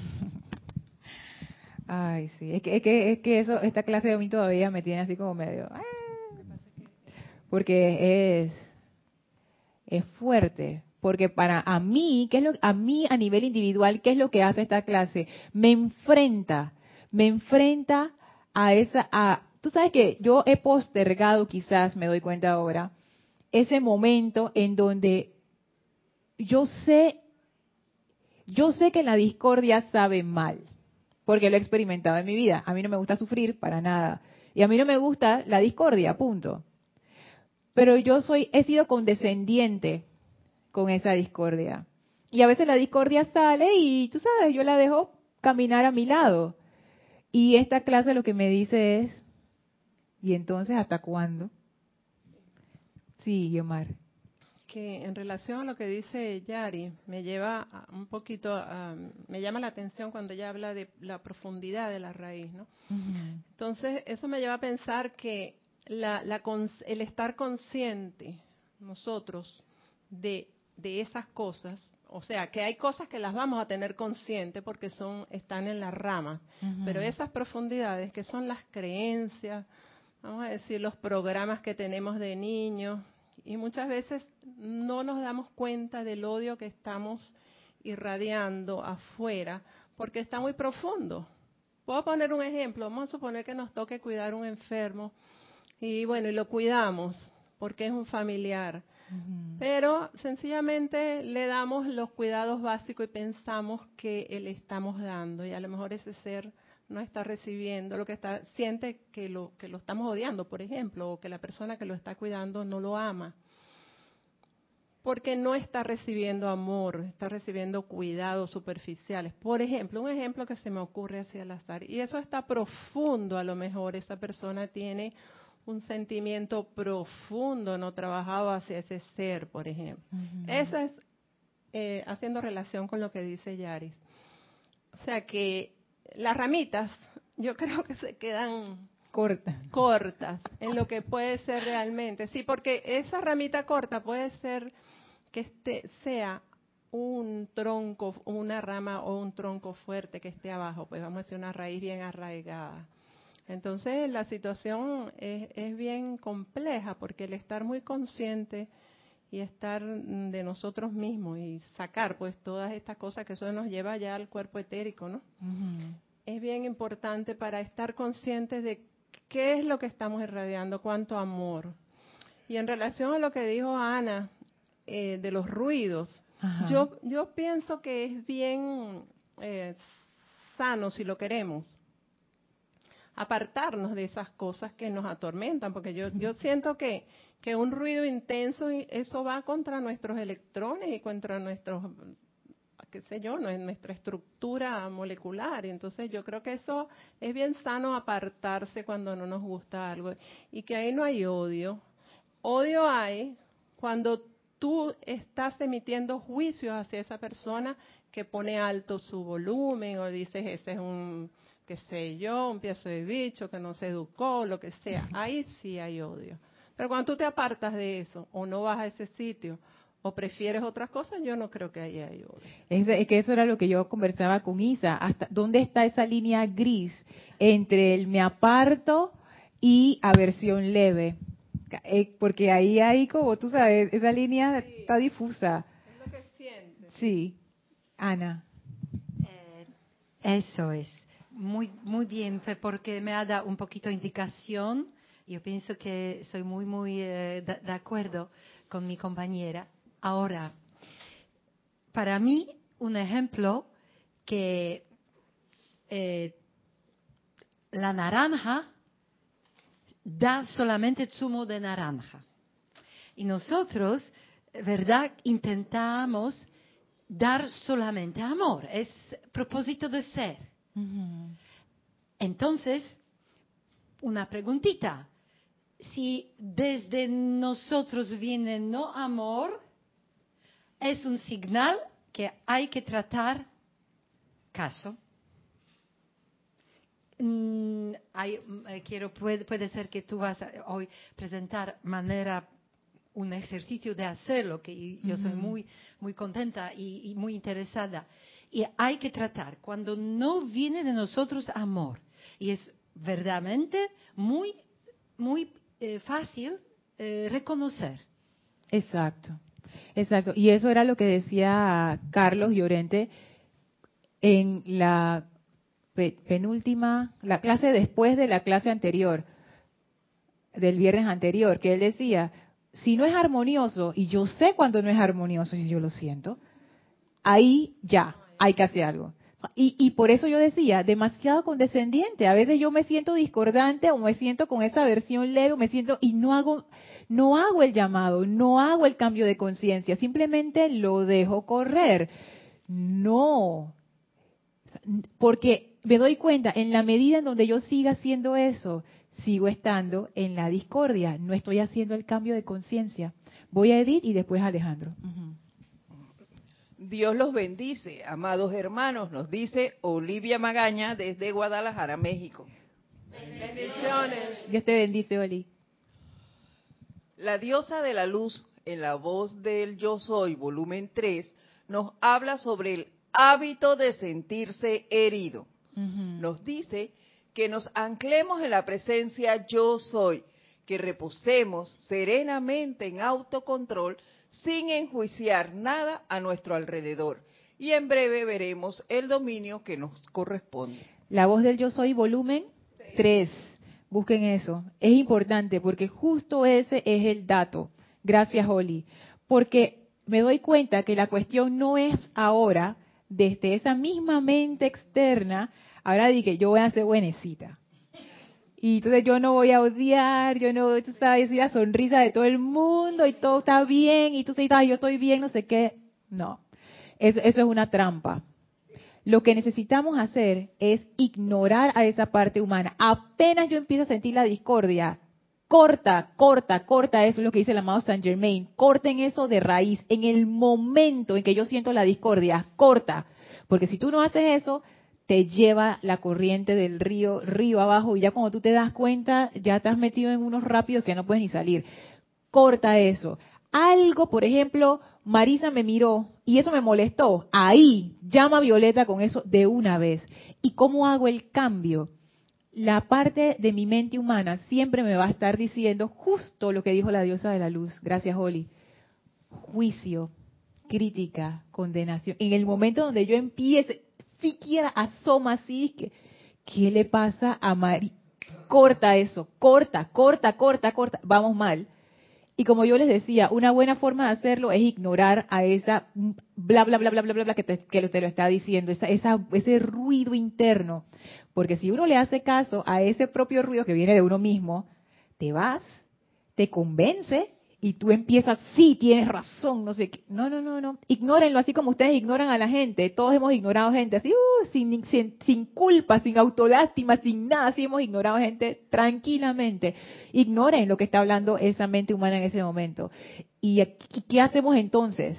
Ay, sí, es que, es que, es que eso, esta clase de mí todavía me tiene así como medio, ah, porque es, es fuerte, porque para a mí, ¿qué es lo, a mí a nivel individual, qué es lo que hace esta clase? Me enfrenta, me enfrenta a esa, a, tú sabes que yo he postergado, quizás me doy cuenta ahora, ese momento en donde yo sé, yo sé que la discordia sabe mal. Porque lo he experimentado en mi vida. A mí no me gusta sufrir para nada. Y a mí no me gusta la discordia, punto. Pero yo soy, he sido condescendiente con esa discordia. Y a veces la discordia sale y, tú sabes, yo la dejo caminar a mi lado. Y esta clase lo que me dice es, ¿y entonces hasta cuándo? Sí, Yomar. Que en relación a lo que dice Yari, me lleva un poquito, a, me llama la atención cuando ella habla de la profundidad de la raíz, ¿no? Uh-huh. Entonces, eso me lleva a pensar que la, la, el estar consciente nosotros de, de esas cosas, o sea, que hay cosas que las vamos a tener consciente porque son están en las ramas, uh-huh. pero esas profundidades que son las creencias, vamos a decir, los programas que tenemos de niños, y muchas veces no nos damos cuenta del odio que estamos irradiando afuera porque está muy profundo. Puedo poner un ejemplo. Vamos a suponer que nos toque cuidar un enfermo y bueno, y lo cuidamos porque es un familiar. Uh-huh. Pero sencillamente le damos los cuidados básicos y pensamos que le estamos dando y a lo mejor ese ser no está recibiendo lo que está, siente que lo que lo estamos odiando, por ejemplo, o que la persona que lo está cuidando no lo ama, porque no está recibiendo amor, está recibiendo cuidados superficiales. Por ejemplo, un ejemplo que se me ocurre así al azar, y eso está profundo, a lo mejor esa persona tiene un sentimiento profundo no trabajado hacia ese ser, por ejemplo. Uh-huh. Eso es eh, haciendo relación con lo que dice Yaris. O sea que las ramitas yo creo que se quedan cortas, cortas en lo que puede ser realmente. Sí, porque esa ramita corta puede ser que este sea un tronco, una rama o un tronco fuerte que esté abajo, pues vamos a decir una raíz bien arraigada. Entonces la situación es, es bien compleja, porque el estar muy consciente y estar de nosotros mismos y sacar pues todas estas cosas, que eso nos lleva ya al cuerpo etérico, ¿no? Uh-huh. Es bien importante para estar conscientes de qué es lo que estamos irradiando, cuánto amor. Y en relación a lo que dijo Ana, eh, de los ruidos, uh-huh. yo yo pienso que es bien eh, sano, si lo queremos, apartarnos de esas cosas que nos atormentan, porque yo yo siento que que un ruido intenso, eso va contra nuestros electrones y contra nuestros, qué sé yo, nuestra estructura molecular. Y entonces yo creo que eso es bien sano, apartarse cuando no nos gusta algo. Y que ahí no hay odio. Odio hay cuando tú estás emitiendo juicios hacia esa persona que pone alto su volumen, o dices, ese es un, qué sé yo, un piezo de bicho que no se educó, lo que sea. Ahí sí hay odio. Pero cuando tú te apartas de eso, o no vas a ese sitio, o prefieres otras cosas, yo no creo que ahí haya odio. Es, es que eso era lo que yo conversaba con Isa. Hasta ¿dónde está esa línea gris entre el me aparto y aversión leve? Eh, porque ahí hay, como tú sabes, esa línea sí, está difusa. Es lo que sientes. Sí. Ana. Eh, eso es. Muy, muy bien, porque me ha dado un poquito de indicación. Yo pienso que soy muy, muy eh, de, de acuerdo con mi compañera. Ahora, para mí, un ejemplo que eh, la naranja da solamente zumo de naranja. Y nosotros, ¿verdad?, intentamos dar solamente amor. Es propósito de ser. Uh-huh. Entonces, una preguntita. Si desde nosotros viene no amor, es un señal que hay que tratar caso. Mm, hay, eh, quiero puede, puede ser que tú vas a hoy presentar manera un ejercicio de hacerlo, que yo soy muy muy contenta y, y muy interesada. Y hay que tratar cuando no viene de nosotros amor, y es verdaderamente muy muy eh, fácil eh, reconocer. Exacto, exacto. Y eso era lo que decía Carlos Llorente en la penúltima, la clase después de la clase anterior, del viernes anterior, que él decía, si no es armonioso, y yo sé cuando no es armonioso, y yo lo siento, ahí ya hay que hacer algo. Y, y por eso yo decía, demasiado condescendiente. A veces yo me siento discordante o me siento con esa versión leve, me siento y no hago, no hago el llamado, no hago el cambio de conciencia, simplemente lo dejo correr. No, porque me doy cuenta, en la medida en donde yo siga haciendo eso, sigo estando en la discordia, no estoy haciendo el cambio de conciencia. Voy a Edith y después a Alejandro. Uh-huh. Dios los bendice, amados hermanos, nos dice Olivia Magaña desde Guadalajara, México. Bendiciones. Dios te bendice, Oli. La diosa de la luz, en la voz del Yo Soy, volumen tres, nos habla sobre el hábito de sentirse herido. Uh-huh. Nos dice que nos anclemos en la presencia Yo Soy, que reposemos serenamente en autocontrol, sin enjuiciar nada a nuestro alrededor. Y en breve veremos el dominio que nos corresponde. La voz del Yo Soy, volumen tres. Busquen eso. Es importante porque justo ese es el dato. Gracias, Oli. Porque me doy cuenta que la cuestión no es ahora, desde esa misma mente externa, ahora dije, yo voy a ser buenecita. Y entonces yo no voy a odiar, yo no, tú sabes, la sonrisa de todo el mundo y todo está bien, y tú sabes, ay, yo estoy bien, no sé qué. No, eso, eso es una trampa. Lo que necesitamos hacer es ignorar a esa parte humana. Apenas yo empiezo a sentir la discordia, corta, corta, corta, eso es lo que dice el amado Saint Germain, corten eso de raíz. En el momento en que yo siento la discordia, corta. Porque si tú no haces eso, te lleva la corriente del río, río abajo, y ya cuando tú te das cuenta, ya te has metido en unos rápidos que no puedes ni salir. Corta eso. Algo, por ejemplo, Marisa me miró y eso me molestó. Ahí, llama a Violeta con eso de una vez. ¿Y cómo hago el cambio? La parte de mi mente humana siempre me va a estar diciendo justo lo que dijo la diosa de la luz. Gracias, Holly. Juicio, crítica, condenación. En el momento donde yo empiece, siquiera asoma así, que, ¿qué le pasa a Mari? Corta eso, corta, corta, corta, corta. Vamos mal. Y como yo les decía, una buena forma de hacerlo es ignorar a esa bla, bla, bla, bla, bla, bla, bla que te, que te lo está diciendo, esa, esa, ese ruido interno. Porque si uno le hace caso a ese propio ruido que viene de uno mismo, te vas, te convence y tú empiezas, sí, tienes razón, no sé qué. No, no, no, no. Ignórenlo así como ustedes ignoran a la gente. Todos hemos ignorado gente así, uh, sin, sin, sin culpa, sin autolástima, sin nada. Así hemos ignorado gente tranquilamente. Ignoren lo que está hablando esa mente humana en ese momento. ¿Y qué hacemos entonces?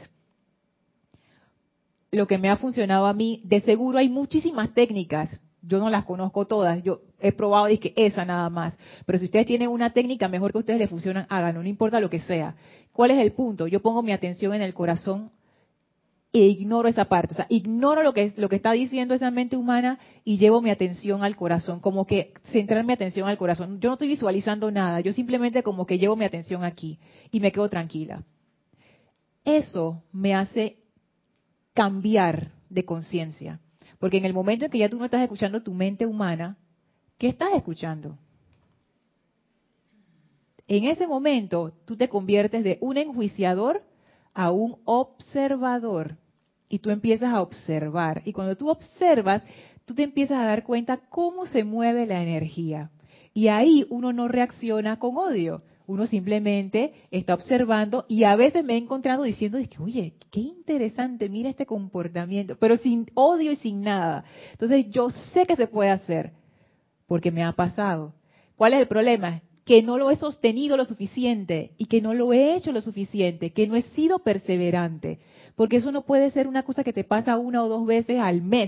Lo que me ha funcionado a mí, de seguro hay muchísimas técnicas. Yo no las conozco todas, yo he probado y que esa nada más. Pero si ustedes tienen una técnica mejor que a ustedes les funcionan, háganlo, no importa lo que sea. ¿Cuál es el punto? Yo pongo mi atención en el corazón e ignoro esa parte. O sea, ignoro lo que, lo que está diciendo esa mente humana y llevo mi atención al corazón, como que centrar mi atención al corazón. Yo no estoy visualizando nada, yo simplemente como que llevo mi atención aquí y me quedo tranquila. Eso me hace cambiar de conciencia. Porque en el momento en que ya tú no estás escuchando tu mente humana, ¿qué estás escuchando? En ese momento tú te conviertes de un enjuiciador a un observador. Y tú empiezas a observar. Y cuando tú observas, tú te empiezas a dar cuenta cómo se mueve la energía. Y ahí uno no reacciona con odio. Uno simplemente está observando y a veces me he encontrado diciendo, es que, oye, qué interesante, mira este comportamiento, pero sin odio y sin nada. Entonces yo sé que se puede hacer, porque me ha pasado. ¿Cuál es el problema? Que no lo he sostenido lo suficiente y que no lo he hecho lo suficiente, que no he sido perseverante, porque eso no puede ser una cosa que te pasa una o dos veces al mes.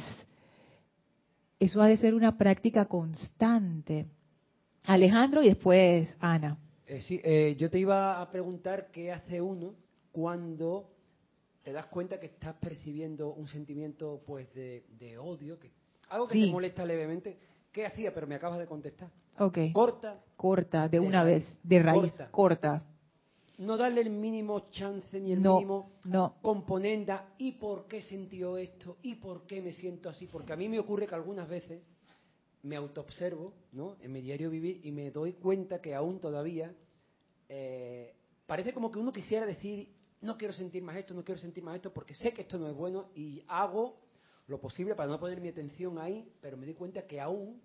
Eso ha de ser una práctica constante. Alejandro y después Ana. Eh, sí, eh, yo te iba a preguntar qué hace uno cuando te das cuenta que estás percibiendo un sentimiento pues de, de odio, que algo que sí te molesta levemente. ¿Qué hacía? Pero me acabas de contestar. Okay. Corta. Corta, de, de una raíz, vez, de raíz, corta. corta. No darle el mínimo chance ni el no, mínimo no. componenda. ¿Y por qué sentió esto? ¿Y por qué me siento así? Porque a mí me ocurre que algunas veces me autoobservo, ¿no?, en mi diario vivir y me doy cuenta que aún todavía eh, parece como que uno quisiera decir, no quiero sentir más esto, no quiero sentir más esto, porque sé que esto no es bueno y hago lo posible para no poner mi atención ahí, pero me doy cuenta que aún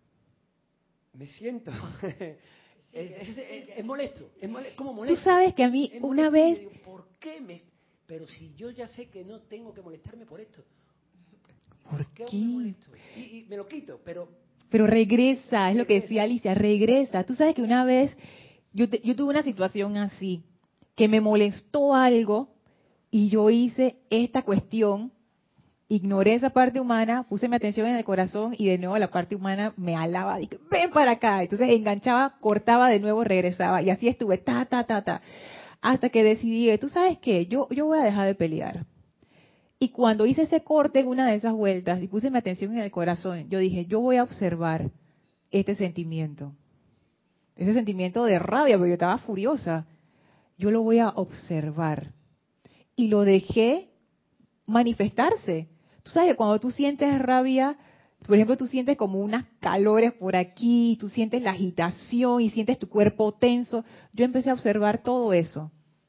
me siento... es, es, es, es molesto, es molesto, como molesto. Tú sabes que a mí una vez... Digo, ¿por qué me...? Pero si yo ya sé que no tengo que molestarme por esto. ¿Por qué? qué? Me molesto? Y, y me lo quito, pero... Pero regresa, es lo que decía Alicia, regresa. Tú sabes que una vez yo, te, yo tuve una situación así, que me molestó algo y yo hice esta cuestión, ignoré esa parte humana, puse mi atención en el corazón y de nuevo la parte humana me alaba, dije, ven para acá. Entonces enganchaba, cortaba de nuevo, regresaba y así estuve, ta, ta, ta, ta, hasta que decidí, tú sabes qué, yo, yo voy a dejar de pelear. Y cuando hice ese corte en una de esas vueltas y puse mi atención en el corazón, yo dije, yo voy a observar este sentimiento. Ese sentimiento de rabia, porque yo estaba furiosa. Yo lo voy a observar. Y lo dejé manifestarse. Tú sabes que cuando tú sientes rabia, por ejemplo, tú sientes como unas calores por aquí, tú sientes la agitación y sientes tu cuerpo tenso. Yo empecé a observar todo eso.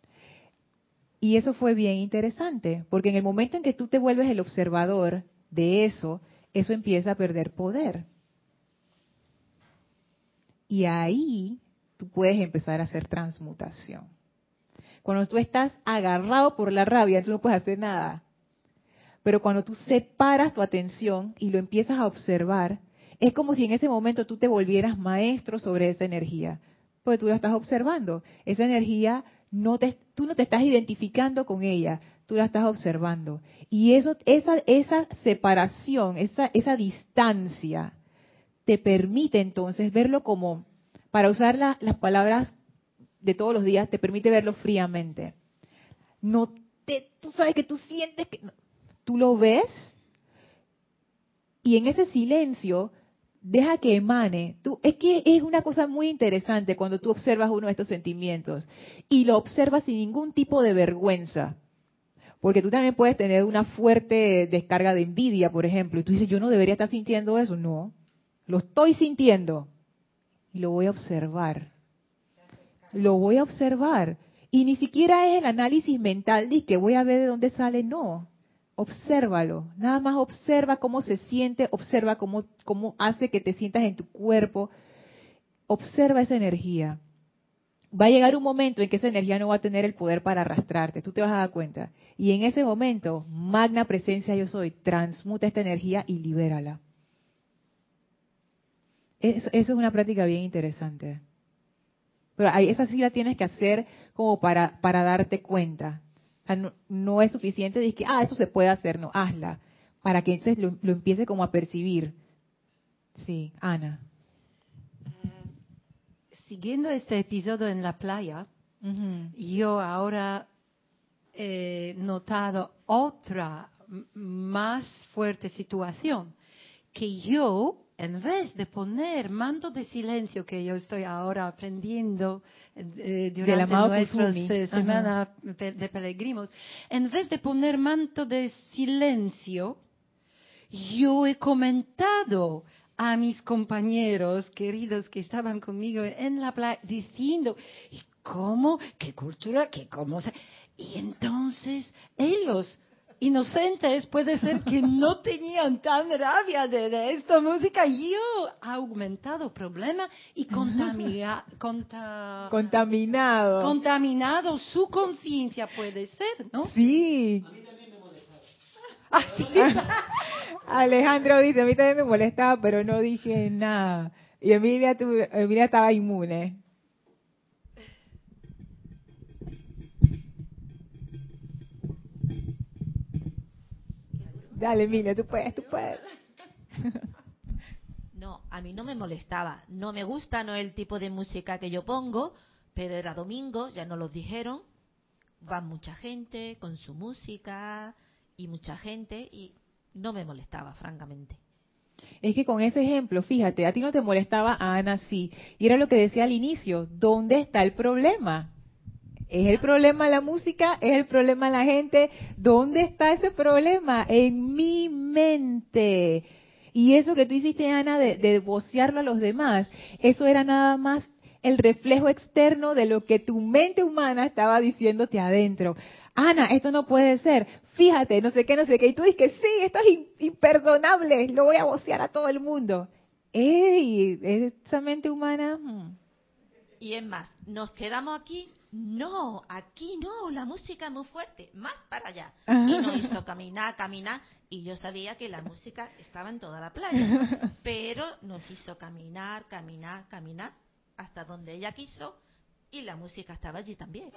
Y eso fue bien interesante, porque en el momento en que tú te vuelves el observador de eso, eso empieza a perder poder. Y ahí tú puedes empezar a hacer transmutación. Cuando tú estás agarrado por la rabia, tú no puedes hacer nada. Pero cuando tú separas tu atención y lo empiezas a observar, es como si en ese momento tú te volvieras maestro sobre esa energía. Porque tú la estás observando. Esa energía no te, tú no te estás identificando con ella, tú la estás observando. Y eso, esa, esa separación, esa, esa distancia, te permite entonces verlo como, para usar la, las palabras de todos los días, te permite verlo fríamente. No te, tú sabes que tú sientes que, tú lo ves, y en ese silencio, deja que emane. Tú, es que es una cosa muy interesante cuando tú observas uno de estos sentimientos y lo observas sin ningún tipo de vergüenza. Porque tú también puedes tener una fuerte descarga de envidia, por ejemplo, y tú dices, yo no debería estar sintiendo eso. No, lo estoy sintiendo y lo voy a observar. Lo voy a observar. Y ni siquiera es el análisis mental de que voy a ver de dónde sale, no. Obsérvalo, nada más observa cómo se siente, observa cómo, cómo hace que te sientas en tu cuerpo, observa esa energía. Va a llegar un momento en que esa energía no va a tener el poder para arrastrarte, tú te vas a dar cuenta. Y en ese momento, magna presencia yo soy, transmuta esta energía y libérala. Eso, eso es una práctica bien interesante. Pero ahí, esa sí la tienes que hacer como para, para darte cuenta. O sea, no, no es suficiente decir que, ah, eso se puede hacer, no, hazla, para que entonces lo, lo empiece como a percibir. Sí, Ana. Uh, siguiendo este episodio en la playa, uh-huh. yo ahora he notado otra más fuerte situación, que yo, en vez de poner manto de silencio, que yo estoy ahora aprendiendo eh, durante nuestra eh, semana Ajá. de peregrinos, en vez de poner manto de silencio, yo he comentado a mis compañeros queridos que estaban conmigo en la playa, diciendo, ¿y cómo? ¿Qué cultura? ¿Qué cómo? Y entonces ellos, inocentes, puede ser que no tenían tan rabia de, de esta música. Yo he aumentado problema y contamina, conta, contaminado. Contaminado su conciencia, puede ser, ¿no? Sí. A mí también me molestaba. Ah, sí. Alejandro dice, a mí también me molestaba, pero no dije nada. Y Emilia, tu, Emilia estaba inmune. Dale, Emilia, tú puedes, tú puedes. No, a mí no me molestaba. No me gusta, no es el tipo de música que yo pongo, pero era domingo, ya nos lo dijeron. Va mucha gente con su música y mucha gente y no me molestaba, francamente. Es que con ese ejemplo, fíjate, a ti no te molestaba, a Ana sí. Y era lo que decía al inicio, ¿dónde está el problema? ¿Es el problema la música? ¿Es el problema la gente? ¿Dónde está ese problema? En mi mente. Y eso que tú hiciste, Ana, de, de vocearlo a los demás, eso era nada más el reflejo externo de lo que tu mente humana estaba diciéndote adentro. Ana, esto no puede ser. Fíjate, no sé qué, no sé qué. Y tú dices que sí, esto es imperdonable, lo voy a vocear a todo el mundo. ¡Ey! Esa mente humana... Hmm. Y es más, ¿nos quedamos aquí? No, aquí no, la música es muy fuerte, más para allá. Ajá. Y nos hizo caminar, caminar, y yo sabía que la música estaba en toda la playa, pero nos hizo caminar, caminar, caminar, hasta donde ella quiso, y la música estaba allí también.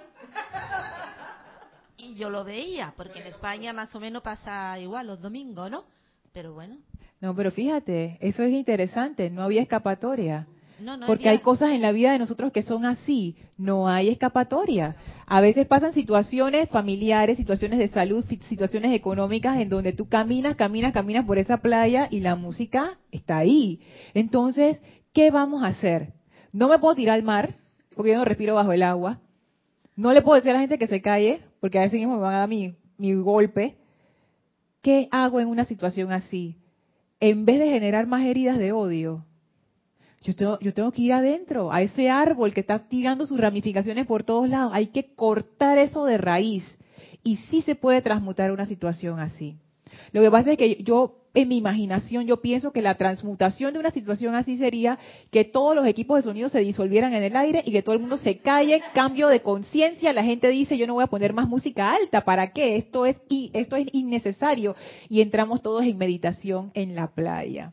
Y yo lo veía, porque en España más o menos pasa igual los domingos, ¿no? Pero bueno. No, pero fíjate, eso es interesante, no había escapatoria. No, no Porque había... hay cosas en la vida de nosotros que son así, no hay escapatoria. A veces pasan situaciones familiares, situaciones de salud, situaciones económicas en donde tú caminas, caminas, caminas por esa playa y la música está ahí. Entonces, ¿qué vamos a hacer? No me puedo tirar al mar, porque yo no respiro bajo el agua. No le puedo decir a la gente que se calle, porque a veces mismo me van a dar mi, mi golpe. ¿Qué hago en una situación así? En vez de generar más heridas de odio, Yo tengo, yo tengo que ir adentro, a ese árbol que está tirando sus ramificaciones por todos lados. Hay que cortar eso de raíz. Y sí se puede transmutar una situación así. Lo que pasa es que yo, en mi imaginación, yo pienso que la transmutación de una situación así sería que todos los equipos de sonido se disolvieran en el aire y que todo el mundo se calle, cambio de conciencia. La gente dice, yo no voy a poner más música alta. ¿Para qué? Esto es, esto es innecesario. Y entramos todos en meditación en la playa.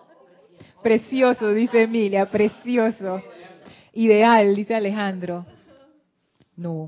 Precioso, dice Emilia, precioso. Ideal, dice Alejandro. No.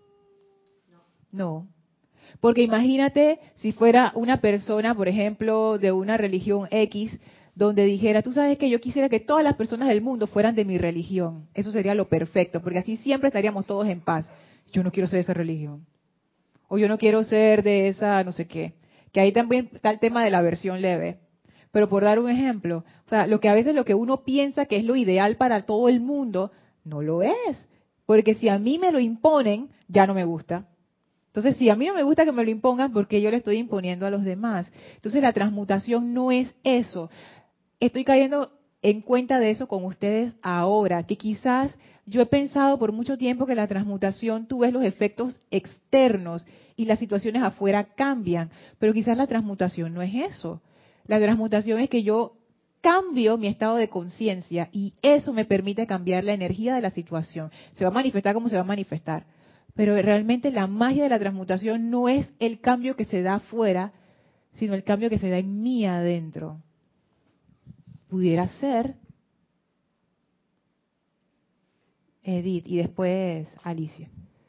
No. Porque imagínate si fuera una persona, por ejemplo, de una religión X, donde dijera, tú sabes que yo quisiera que todas las personas del mundo fueran de mi religión. Eso sería lo perfecto, porque así siempre estaríamos todos en paz. Yo no quiero ser de esa religión. O yo no quiero ser de esa no sé qué. Que ahí también está el tema de la aversión leve. Pero por dar un ejemplo, o sea, lo que a veces lo que uno piensa que es lo ideal para todo el mundo, no lo es. Porque si a mí me lo imponen, ya no me gusta. Entonces, si a mí no me gusta que me lo impongan, ¿por qué yo le estoy imponiendo a los demás? Entonces, la transmutación no es eso. Estoy cayendo en cuenta de eso con ustedes ahora, que quizás yo he pensado por mucho tiempo que la transmutación, tú ves los efectos externos y las situaciones afuera cambian, pero quizás la transmutación no es eso. La transmutación es que yo cambio mi estado de conciencia y eso me permite cambiar la energía de la situación. Se va a manifestar como se va a manifestar. Pero realmente la magia de la transmutación no es el cambio que se da afuera, sino el cambio que se da en mí adentro. Pudiera ser Edith y después Alicia.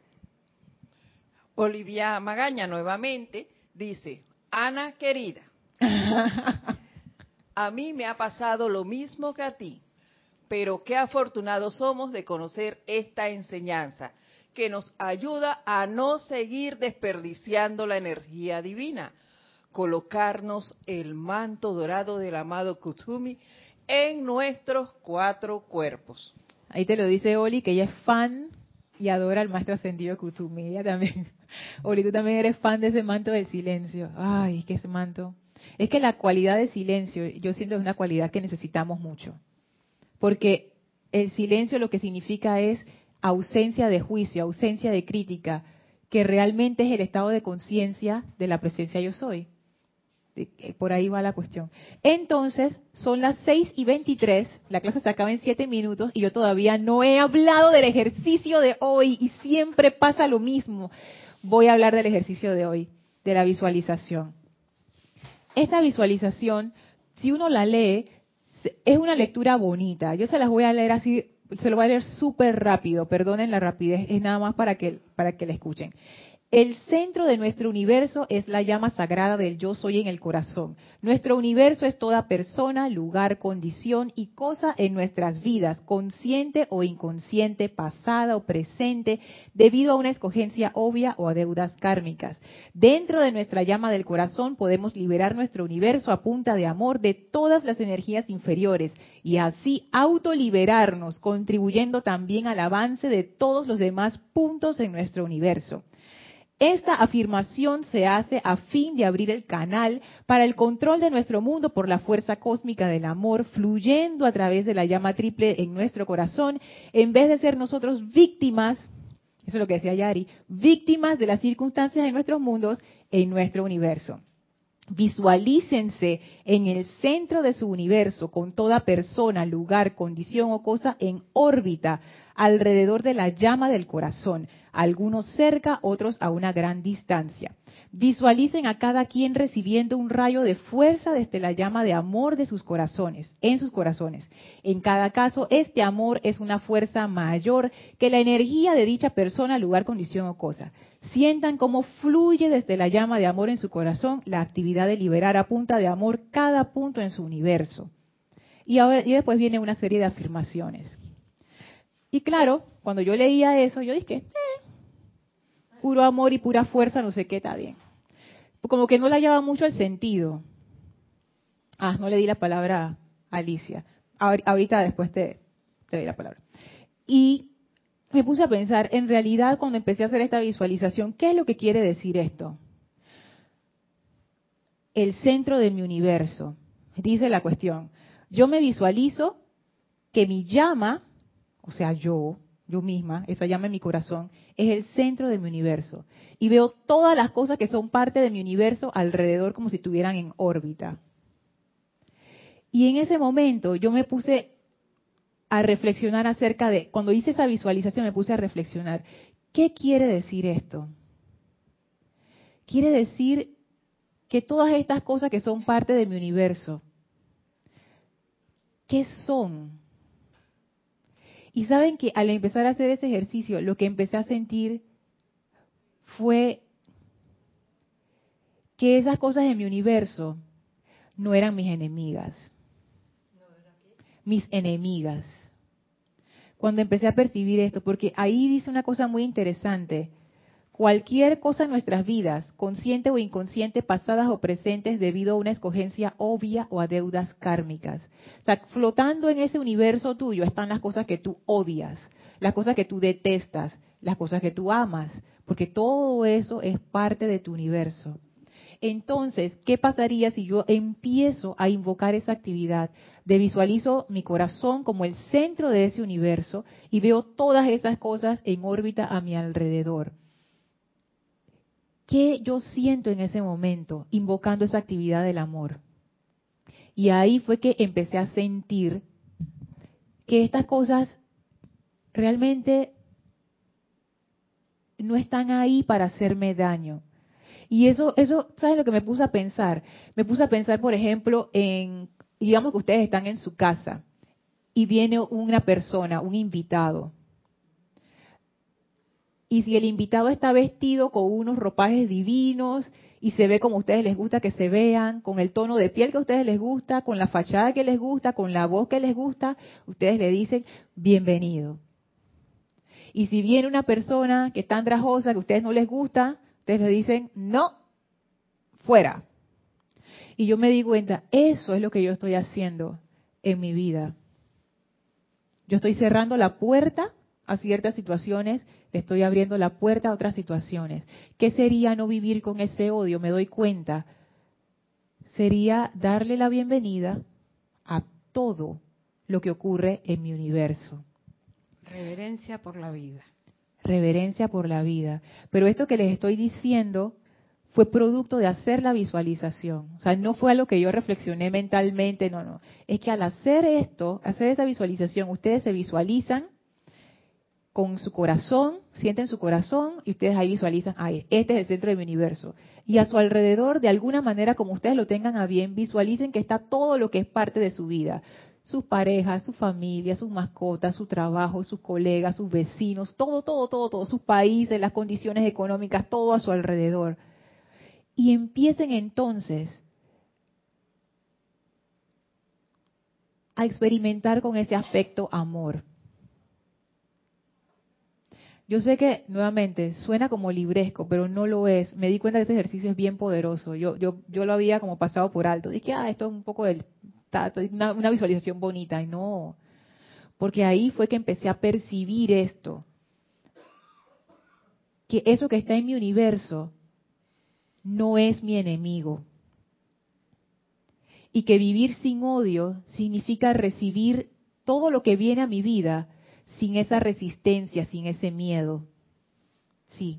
Olivia Magaña nuevamente dice, Ana querida, a mí me ha pasado lo mismo que a ti, pero qué afortunados somos de conocer esta enseñanza que nos ayuda a no seguir desperdiciando la energía divina, colocarnos el manto dorado del amado Kuthumi en nuestros cuatro cuerpos. Ahí te lo dice Oli, que ella es fan y adora al maestro ascendido Kuthumi. Ella también. Oli, tú también eres fan de ese manto del silencio. Ay, es que ese manto. Es que la cualidad de silencio, yo siento que es una cualidad que necesitamos mucho. Porque el silencio lo que significa es ausencia de juicio, ausencia de crítica, que realmente es el estado de conciencia de la presencia yo soy. Por ahí va la cuestión. Entonces, son las seis y veintitrés, la clase se acaba en siete minutos y yo todavía no he hablado del ejercicio de hoy y siempre pasa lo mismo. Voy a hablar del ejercicio de hoy, de la visualización. Esta visualización, si uno la lee, es una lectura bonita. Yo se las voy a leer así, se lo voy a leer súper rápido, perdonen la rapidez, es nada más para que, para que la escuchen. El centro de nuestro universo es la llama sagrada del yo soy en el corazón. Nuestro universo es toda persona, lugar, condición y cosa en nuestras vidas, consciente o inconsciente, pasada o presente, debido a una escogencia obvia o a deudas kármicas. Dentro de nuestra llama del corazón podemos liberar nuestro universo a punta de amor de todas las energías inferiores y así autoliberarnos, contribuyendo también al avance de todos los demás puntos en nuestro universo. Esta afirmación se hace a fin de abrir el canal para el control de nuestro mundo por la fuerza cósmica del amor, fluyendo a través de la llama triple en nuestro corazón, en vez de ser nosotros víctimas, eso es lo que decía Yari, víctimas de las circunstancias de nuestros mundos en nuestro universo. Visualícense en el centro de su universo con toda persona, lugar, condición o cosa en órbita alrededor de la llama del corazón, algunos cerca, otros a una gran distancia. Visualicen a cada quien recibiendo un rayo de fuerza desde la llama de amor de sus corazones, en sus corazones. En cada caso, este amor es una fuerza mayor que la energía de dicha persona, lugar, condición o cosa. Sientan cómo fluye desde la llama de amor en su corazón la actividad de liberar a punta de amor cada punto en su universo. Y, ahora, y después viene una serie de afirmaciones. Y claro, cuando yo leía eso, yo dije, eh, puro amor y pura fuerza, no sé qué, está bien. Como que no le hallaba mucho el sentido. Ah, no le di la palabra a Alicia. Ahorita después te, te doy la palabra. Y me puse a pensar, en realidad cuando empecé a hacer esta visualización, ¿qué es lo que quiere decir esto? El centro de mi universo. Dice la cuestión. Yo me visualizo que mi llama, o sea, yo, yo misma, esa llama en mi corazón, es el centro de mi universo. Y veo todas las cosas que son parte de mi universo alrededor como si estuvieran en órbita. Y en ese momento yo me puse a reflexionar acerca de, cuando hice esa visualización me puse a reflexionar, ¿qué quiere decir esto? Quiere decir que todas estas cosas que son parte de mi universo, ¿qué son? Y saben que al empezar a hacer ese ejercicio, lo que empecé a sentir fue que esas cosas en mi universo no eran mis enemigas. Mis enemigas. Cuando empecé a percibir esto, porque ahí dice una cosa muy interesante. Cualquier cosa en nuestras vidas, consciente o inconsciente, pasadas o presentes, debido a una escogencia obvia o a deudas kármicas. O sea, flotando en ese universo tuyo están las cosas que tú odias, las cosas que tú detestas, las cosas que tú amas, porque todo eso es parte de tu universo. Entonces, ¿qué pasaría si yo empiezo a invocar esa actividad de visualizo mi corazón como el centro de ese universo y veo todas esas cosas en órbita a mi alrededor? ¿Qué yo siento en ese momento invocando esa actividad del amor? Y ahí fue que empecé a sentir que estas cosas realmente no están ahí para hacerme daño. Y eso, eso, ¿sabes lo que me puse a pensar? Me puse a pensar, por ejemplo, en, digamos que ustedes están en su casa y viene una persona, un invitado. Y si el invitado está vestido con unos ropajes divinos y se ve como a ustedes les gusta que se vean, con el tono de piel que a ustedes les gusta, con la fachada que les gusta, con la voz que les gusta, ustedes le dicen bienvenido. Y si viene una persona que está andrajosa, que a ustedes no les gusta, ustedes le dicen no, fuera. Y yo me di cuenta, eso es lo que yo estoy haciendo en mi vida. Yo estoy cerrando la puerta a ciertas situaciones, le estoy abriendo la puerta a otras situaciones. ¿Qué sería no vivir con ese odio? Me doy cuenta. Sería darle la bienvenida a todo lo que ocurre en mi universo. Reverencia por la vida. Reverencia por la vida. Pero esto que les estoy diciendo fue producto de hacer la visualización. O sea, no fue algo que yo reflexioné mentalmente, no, no. Es que al hacer esto, hacer esa visualización, ustedes se visualizan con su corazón, sienten su corazón y ustedes ahí visualizan, ay, este es el centro de mi universo. Y a su alrededor, de alguna manera, como ustedes lo tengan a bien, visualicen que está todo lo que es parte de su vida. Sus parejas, su familia, sus mascotas, su trabajo, sus colegas, sus vecinos, todo, todo, todo, todo, sus países, las condiciones económicas, todo a su alrededor. Y empiecen entonces a experimentar con ese aspecto amor. Yo sé que, nuevamente, suena como libresco, pero no lo es. Me di cuenta que este ejercicio es bien poderoso. Yo yo yo lo había como pasado por alto. Dije, ah, esto es un poco del, una, una visualización bonita. Y no, porque ahí fue que empecé a percibir esto. Que eso que está en mi universo no es mi enemigo. Y que vivir sin odio significa recibir todo lo que viene a mi vida sin esa resistencia, sin ese miedo. Sí.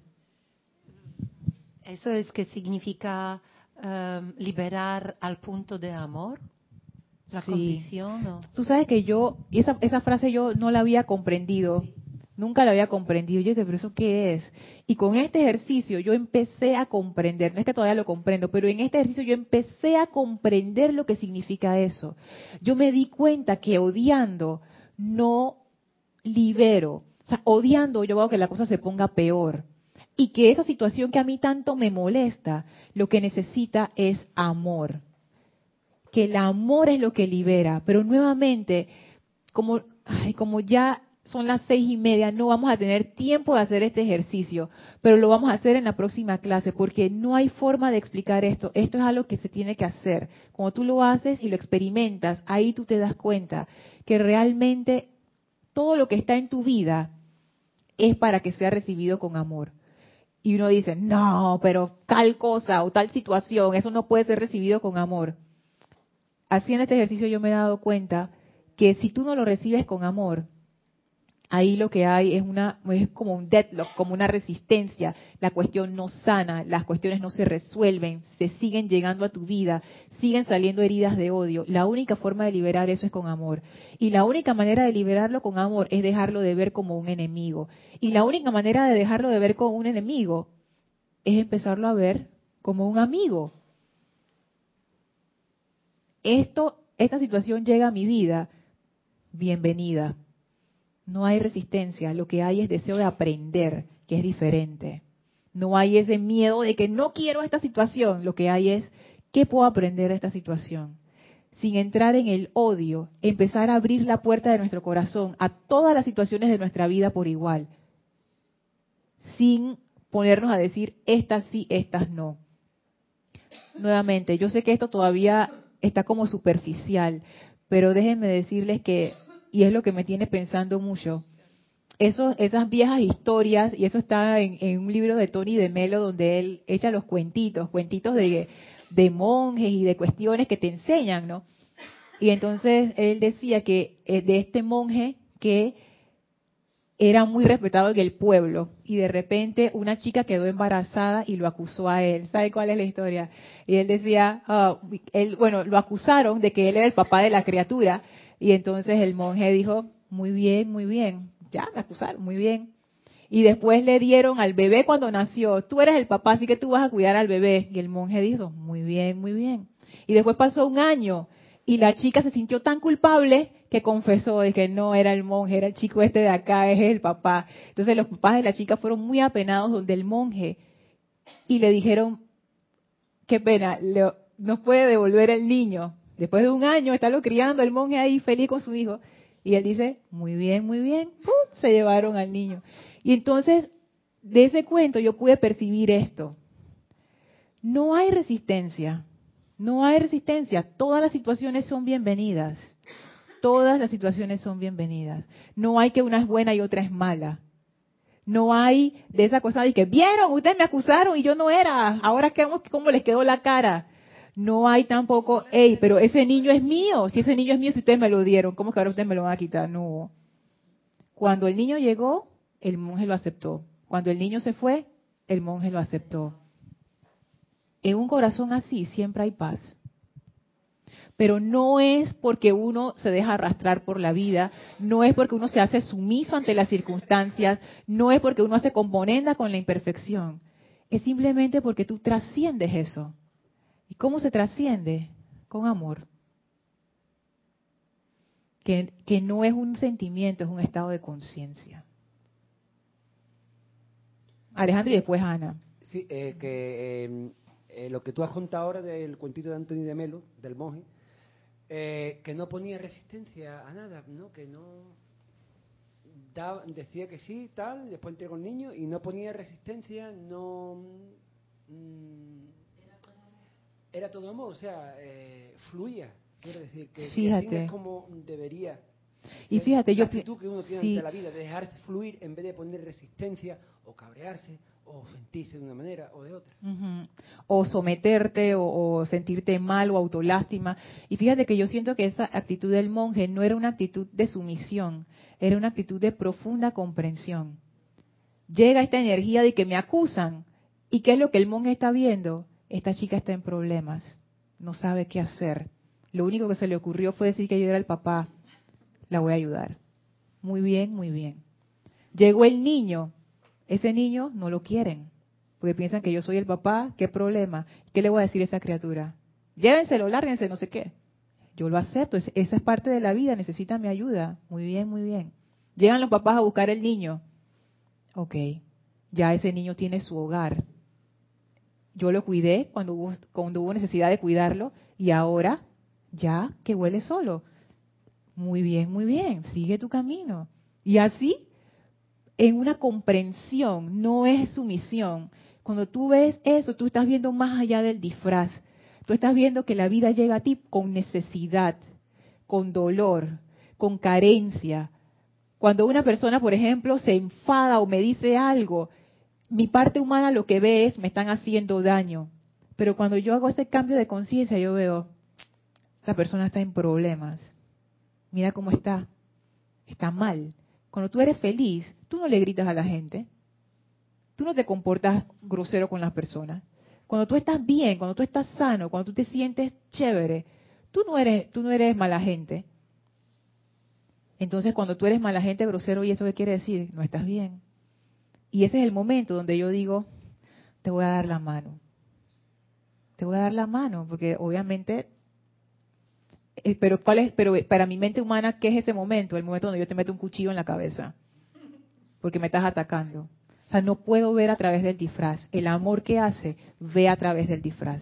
¿Eso es que significa um, liberar al punto de amor? ¿La sí. condición? ¿O? Tú sabes que yo, esa, esa frase yo no la había comprendido. Sí. Nunca la había comprendido. Yo dije, pero ¿eso qué es? Y con este ejercicio yo empecé a comprender, no es que todavía lo comprendo, pero en este ejercicio yo empecé a comprender lo que significa eso. Yo me di cuenta que odiando no libero. O sea, odiando yo hago que la cosa se ponga peor. Y que esa situación que a mí tanto me molesta, lo que necesita es amor. Que el amor es lo que libera. Pero nuevamente, como, ay, como ya son las seis y media, no vamos a tener tiempo de hacer este ejercicio, pero lo vamos a hacer en la próxima clase, porque no hay forma de explicar esto. Esto es algo que se tiene que hacer. Cuando tú lo haces y lo experimentas, ahí tú te das cuenta que realmente todo lo que está en tu vida es para que sea recibido con amor. Y uno dice, no, pero tal cosa o tal situación, eso no puede ser recibido con amor. Haciendo este ejercicio yo me he dado cuenta que si tú no lo recibes con amor, ahí lo que hay es una es como un deadlock, como una resistencia. La cuestión no sana, las cuestiones no se resuelven, se siguen llegando a tu vida, siguen saliendo heridas de odio. La única forma de liberar eso es con amor. Y la única manera de liberarlo con amor es dejarlo de ver como un enemigo. Y la única manera de dejarlo de ver como un enemigo es empezarlo a ver como un amigo. Esto, esta situación llega a mi vida, bienvenida. No hay resistencia, lo que hay es deseo de aprender, que es diferente. No hay ese miedo de que no quiero esta situación, lo que hay es, ¿qué puedo aprender de esta situación? Sin entrar en el odio, empezar a abrir la puerta de nuestro corazón a todas las situaciones de nuestra vida por igual, sin ponernos a decir, estas sí, estas no. Nuevamente, yo sé que esto todavía está como superficial, pero déjenme decirles que, y es lo que me tiene pensando mucho, Eso, esas viejas historias, y eso está en, en un libro de Tony de Melo, donde él echa los cuentitos, cuentitos de, de monjes y de cuestiones que te enseñan, ¿no? Y entonces él decía que eh, de este monje que era muy respetado en el pueblo, y de repente una chica quedó embarazada y lo acusó a él. ¿Sabe cuál es la historia? Y él decía, uh, él, bueno, lo acusaron de que él era el papá de la criatura, y entonces el monje dijo, muy bien, muy bien. Ya, me acusaron, muy bien. Y después le dieron al bebé cuando nació, tú eres el papá, así que tú vas a cuidar al bebé. Y el monje dijo, muy bien, muy bien. Y después pasó un año y la chica se sintió tan culpable que confesó de que no era el monje, era el chico este de acá, es el papá. Entonces los papás de la chica fueron muy apenados donde el monje y le dijeron, qué pena, le, nos puede devolver el niño. Después de un año, está lo criando el monje ahí feliz con su hijo. Y él dice, muy bien, muy bien, ¡pum! Se llevaron al niño. Y entonces, de ese cuento yo pude percibir esto. No hay resistencia, no hay resistencia. Todas las situaciones son bienvenidas. Todas las situaciones son bienvenidas. No hay que una es buena y otra es mala. No hay de esa cosa de que, vieron, ustedes me acusaron y yo no era. Ahora, ¿cómo les quedó la cara? No hay tampoco, hey, pero ese niño es mío. Si ese niño es mío, si ustedes me lo dieron, ¿cómo que ahora ustedes me lo van a quitar? No. Cuando el niño llegó, el monje lo aceptó. Cuando el niño se fue, el monje lo aceptó. En un corazón así siempre hay paz. Pero no es porque uno se deja arrastrar por la vida, no es porque uno se hace sumiso ante las circunstancias, no es porque uno se componenda con la imperfección. Es simplemente porque tú trasciendes eso. ¿Y cómo se trasciende? Con amor. Que, que no es un sentimiento, es un estado de conciencia. Alejandro y después Ana. Sí, eh, que eh, eh, lo que tú has contado ahora del cuentito de Antonio de Melo, del monje, eh, que no ponía resistencia a nada, ¿no? Que no daba, decía que sí, tal, después entregó el niño y no ponía resistencia, no... Mmm, era todo amor, o sea, eh, fluía, quiero decir, que fíjate. Así es como debería. Y fíjate, la yo actitud que uno tiene sí. ante la vida, de dejarse fluir en vez de poner resistencia o cabrearse o sentirse de una manera o de otra. Uh-huh. O someterte o, o sentirte mal o autolástima. Y fíjate que yo siento que esa actitud del monje no era una actitud de sumisión, era una actitud de profunda comprensión. Llega esta energía de que me acusan. ¿Y qué es lo que el monje está viendo? Esta chica está en problemas, no sabe qué hacer. Lo único que se le ocurrió fue decir que yo era el papá. La voy a ayudar. Muy bien, muy bien. Llegó el niño. Ese niño no lo quieren, porque piensan que yo soy el papá. ¿Qué problema? ¿Qué le voy a decir a esa criatura? Llévenselo, lárguense, no sé qué. Yo lo acepto, esa es parte de la vida, necesita mi ayuda. Muy bien, muy bien. Llegan los papás a buscar el niño. Ok, ya ese niño tiene su hogar. Yo lo cuidé cuando hubo, cuando hubo necesidad de cuidarlo y ahora ya que huele solo. Muy bien, muy bien, sigue tu camino. Y así, en una comprensión, no es sumisión. Cuando tú ves eso, tú estás viendo más allá del disfraz. Tú estás viendo que la vida llega a ti con necesidad, con dolor, con carencia. Cuando una persona, por ejemplo, se enfada o me dice algo, mi parte humana lo que ve es, me están haciendo daño. Pero cuando yo hago ese cambio de conciencia, yo veo, esa persona está en problemas. Mira cómo está. Está mal. Cuando tú eres feliz, tú no le gritas a la gente. Tú no te comportas grosero con las personas. Cuando tú estás bien, cuando tú estás sano, cuando tú te sientes chévere, tú no eres, tú no eres mala gente. Entonces, cuando tú eres mala gente, grosero, ¿y eso qué quiere decir? No estás bien. Y ese es el momento donde yo digo, te voy a dar la mano. Te voy a dar la mano, porque obviamente eh, pero cuál es, pero para mi mente humana, ¿qué es ese momento? El momento donde yo te meto un cuchillo en la cabeza, porque me estás atacando. O sea, no puedo ver a través del disfraz. El amor que hace, ve a través del disfraz.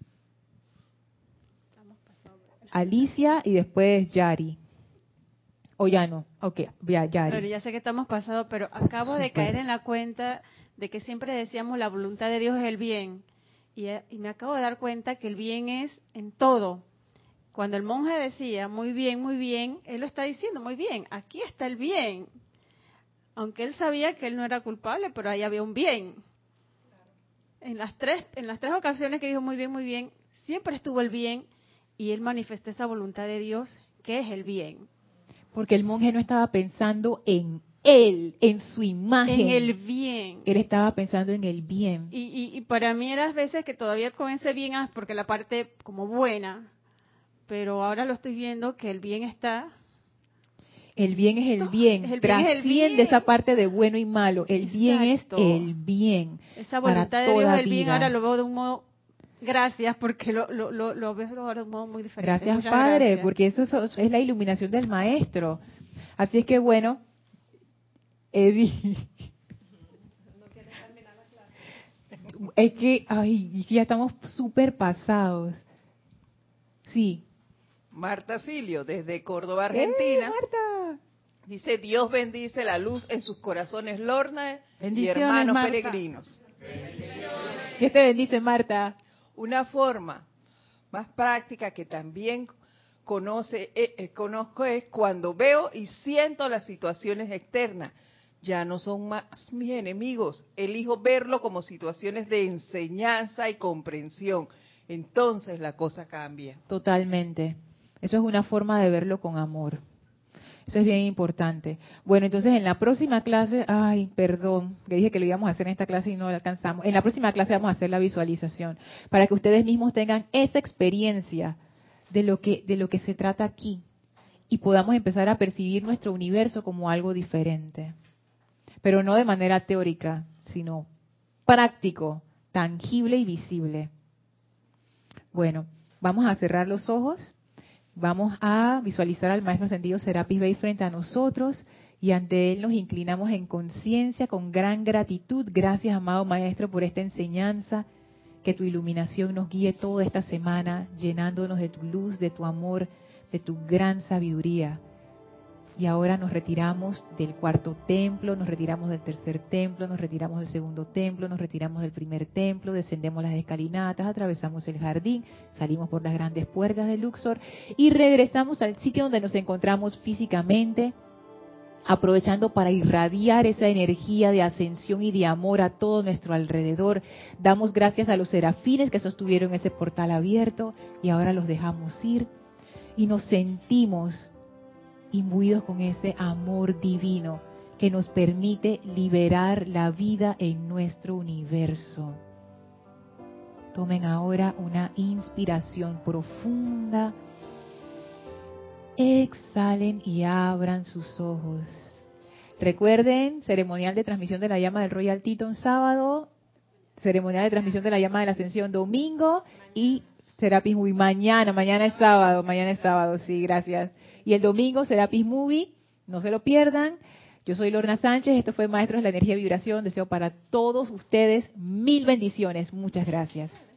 Alicia y después Yari. O ya no. Ok, ya, Yari. Pero ya sé que estamos pasados, pero acabo Super. de caer en la cuenta de que siempre decíamos la voluntad de Dios es el bien. Y, y me acabo de dar cuenta que el bien es en todo. Cuando el monje decía, muy bien, muy bien, él lo está diciendo, muy bien, aquí está el bien. Aunque él sabía que él no era culpable, pero ahí había un bien. En las tres, en las tres ocasiones que dijo muy bien, muy bien, siempre estuvo el bien y él manifestó esa voluntad de Dios, que es el bien. Porque el monje no estaba pensando en él, en su imagen. En el bien. Él estaba pensando en el bien. Y, y, y para mí eran veces que todavía con ese bien, ah, porque la parte como buena, pero ahora lo estoy viendo que el bien está. El bien es el bien, el bien trasciende es el bien. esa parte de bueno y malo. El Exacto. bien es el bien. Esa voluntad para de toda Dios, el bien, vida. ahora lo veo de un modo, gracias, porque lo, lo, lo, lo veo ahora de un modo muy diferente. Gracias, Muchas Padre, gracias. porque eso es, es la iluminación del Maestro. Así es que bueno, Eddie. Es que, ay, ya estamos súper pasados. Sí. Marta Silio, desde Córdoba, Argentina. ¡Eh, Marta! Dice, Dios bendice la luz en sus corazones, Lorna y Bendiciones, hermanos Marta. peregrinos. Dios te bendice, Marta. Una forma más práctica que también conoce, eh, eh, conozco es cuando veo y siento las situaciones externas. Ya no son más mis enemigos. Elijo verlo como situaciones de enseñanza y comprensión. Entonces la cosa cambia. Totalmente. Eso es una forma de verlo con amor. Eso es bien importante. Bueno, entonces en la próxima clase, ay, perdón, que dije que lo íbamos a hacer en esta clase y no lo alcanzamos. En la próxima clase vamos a hacer la visualización para que ustedes mismos tengan esa experiencia de lo que de lo que se trata aquí y podamos empezar a percibir nuestro universo como algo diferente. Pero no de manera teórica, sino práctico, tangible y visible. Bueno, vamos a cerrar los ojos. Vamos a visualizar al Maestro Ascendido Serapis Bey frente a nosotros y ante Él nos inclinamos en conciencia con gran gratitud. Gracias, amado Maestro, por esta enseñanza. Que tu iluminación nos guíe toda esta semana, llenándonos de tu luz, de tu amor, de tu gran sabiduría. Y ahora nos retiramos del cuarto templo, nos retiramos del tercer templo, nos retiramos del segundo templo, nos retiramos del primer templo, descendemos las escalinatas, atravesamos el jardín, salimos por las grandes puertas de Luxor y regresamos al sitio donde nos encontramos físicamente, aprovechando para irradiar esa energía de ascensión y de amor a todo nuestro alrededor. Damos gracias a los serafines que sostuvieron ese portal abierto y ahora los dejamos ir y nos sentimos imbuidos con ese amor divino que nos permite liberar la vida en nuestro universo. Tomen ahora una inspiración profunda. Exhalen y abran sus ojos. Recuerden, ceremonial de transmisión de la llama del Royal Teton sábado, ceremonial de transmisión de la llama de la Ascensión domingo y Serapis Movie mañana, mañana es sábado, mañana es sábado, sí, gracias. Y el domingo Serapis Movie, no se lo pierdan. Yo soy Lorna Sánchez, esto fue Maestros de la Energía y Vibración. Deseo para todos ustedes mil bendiciones. Muchas gracias.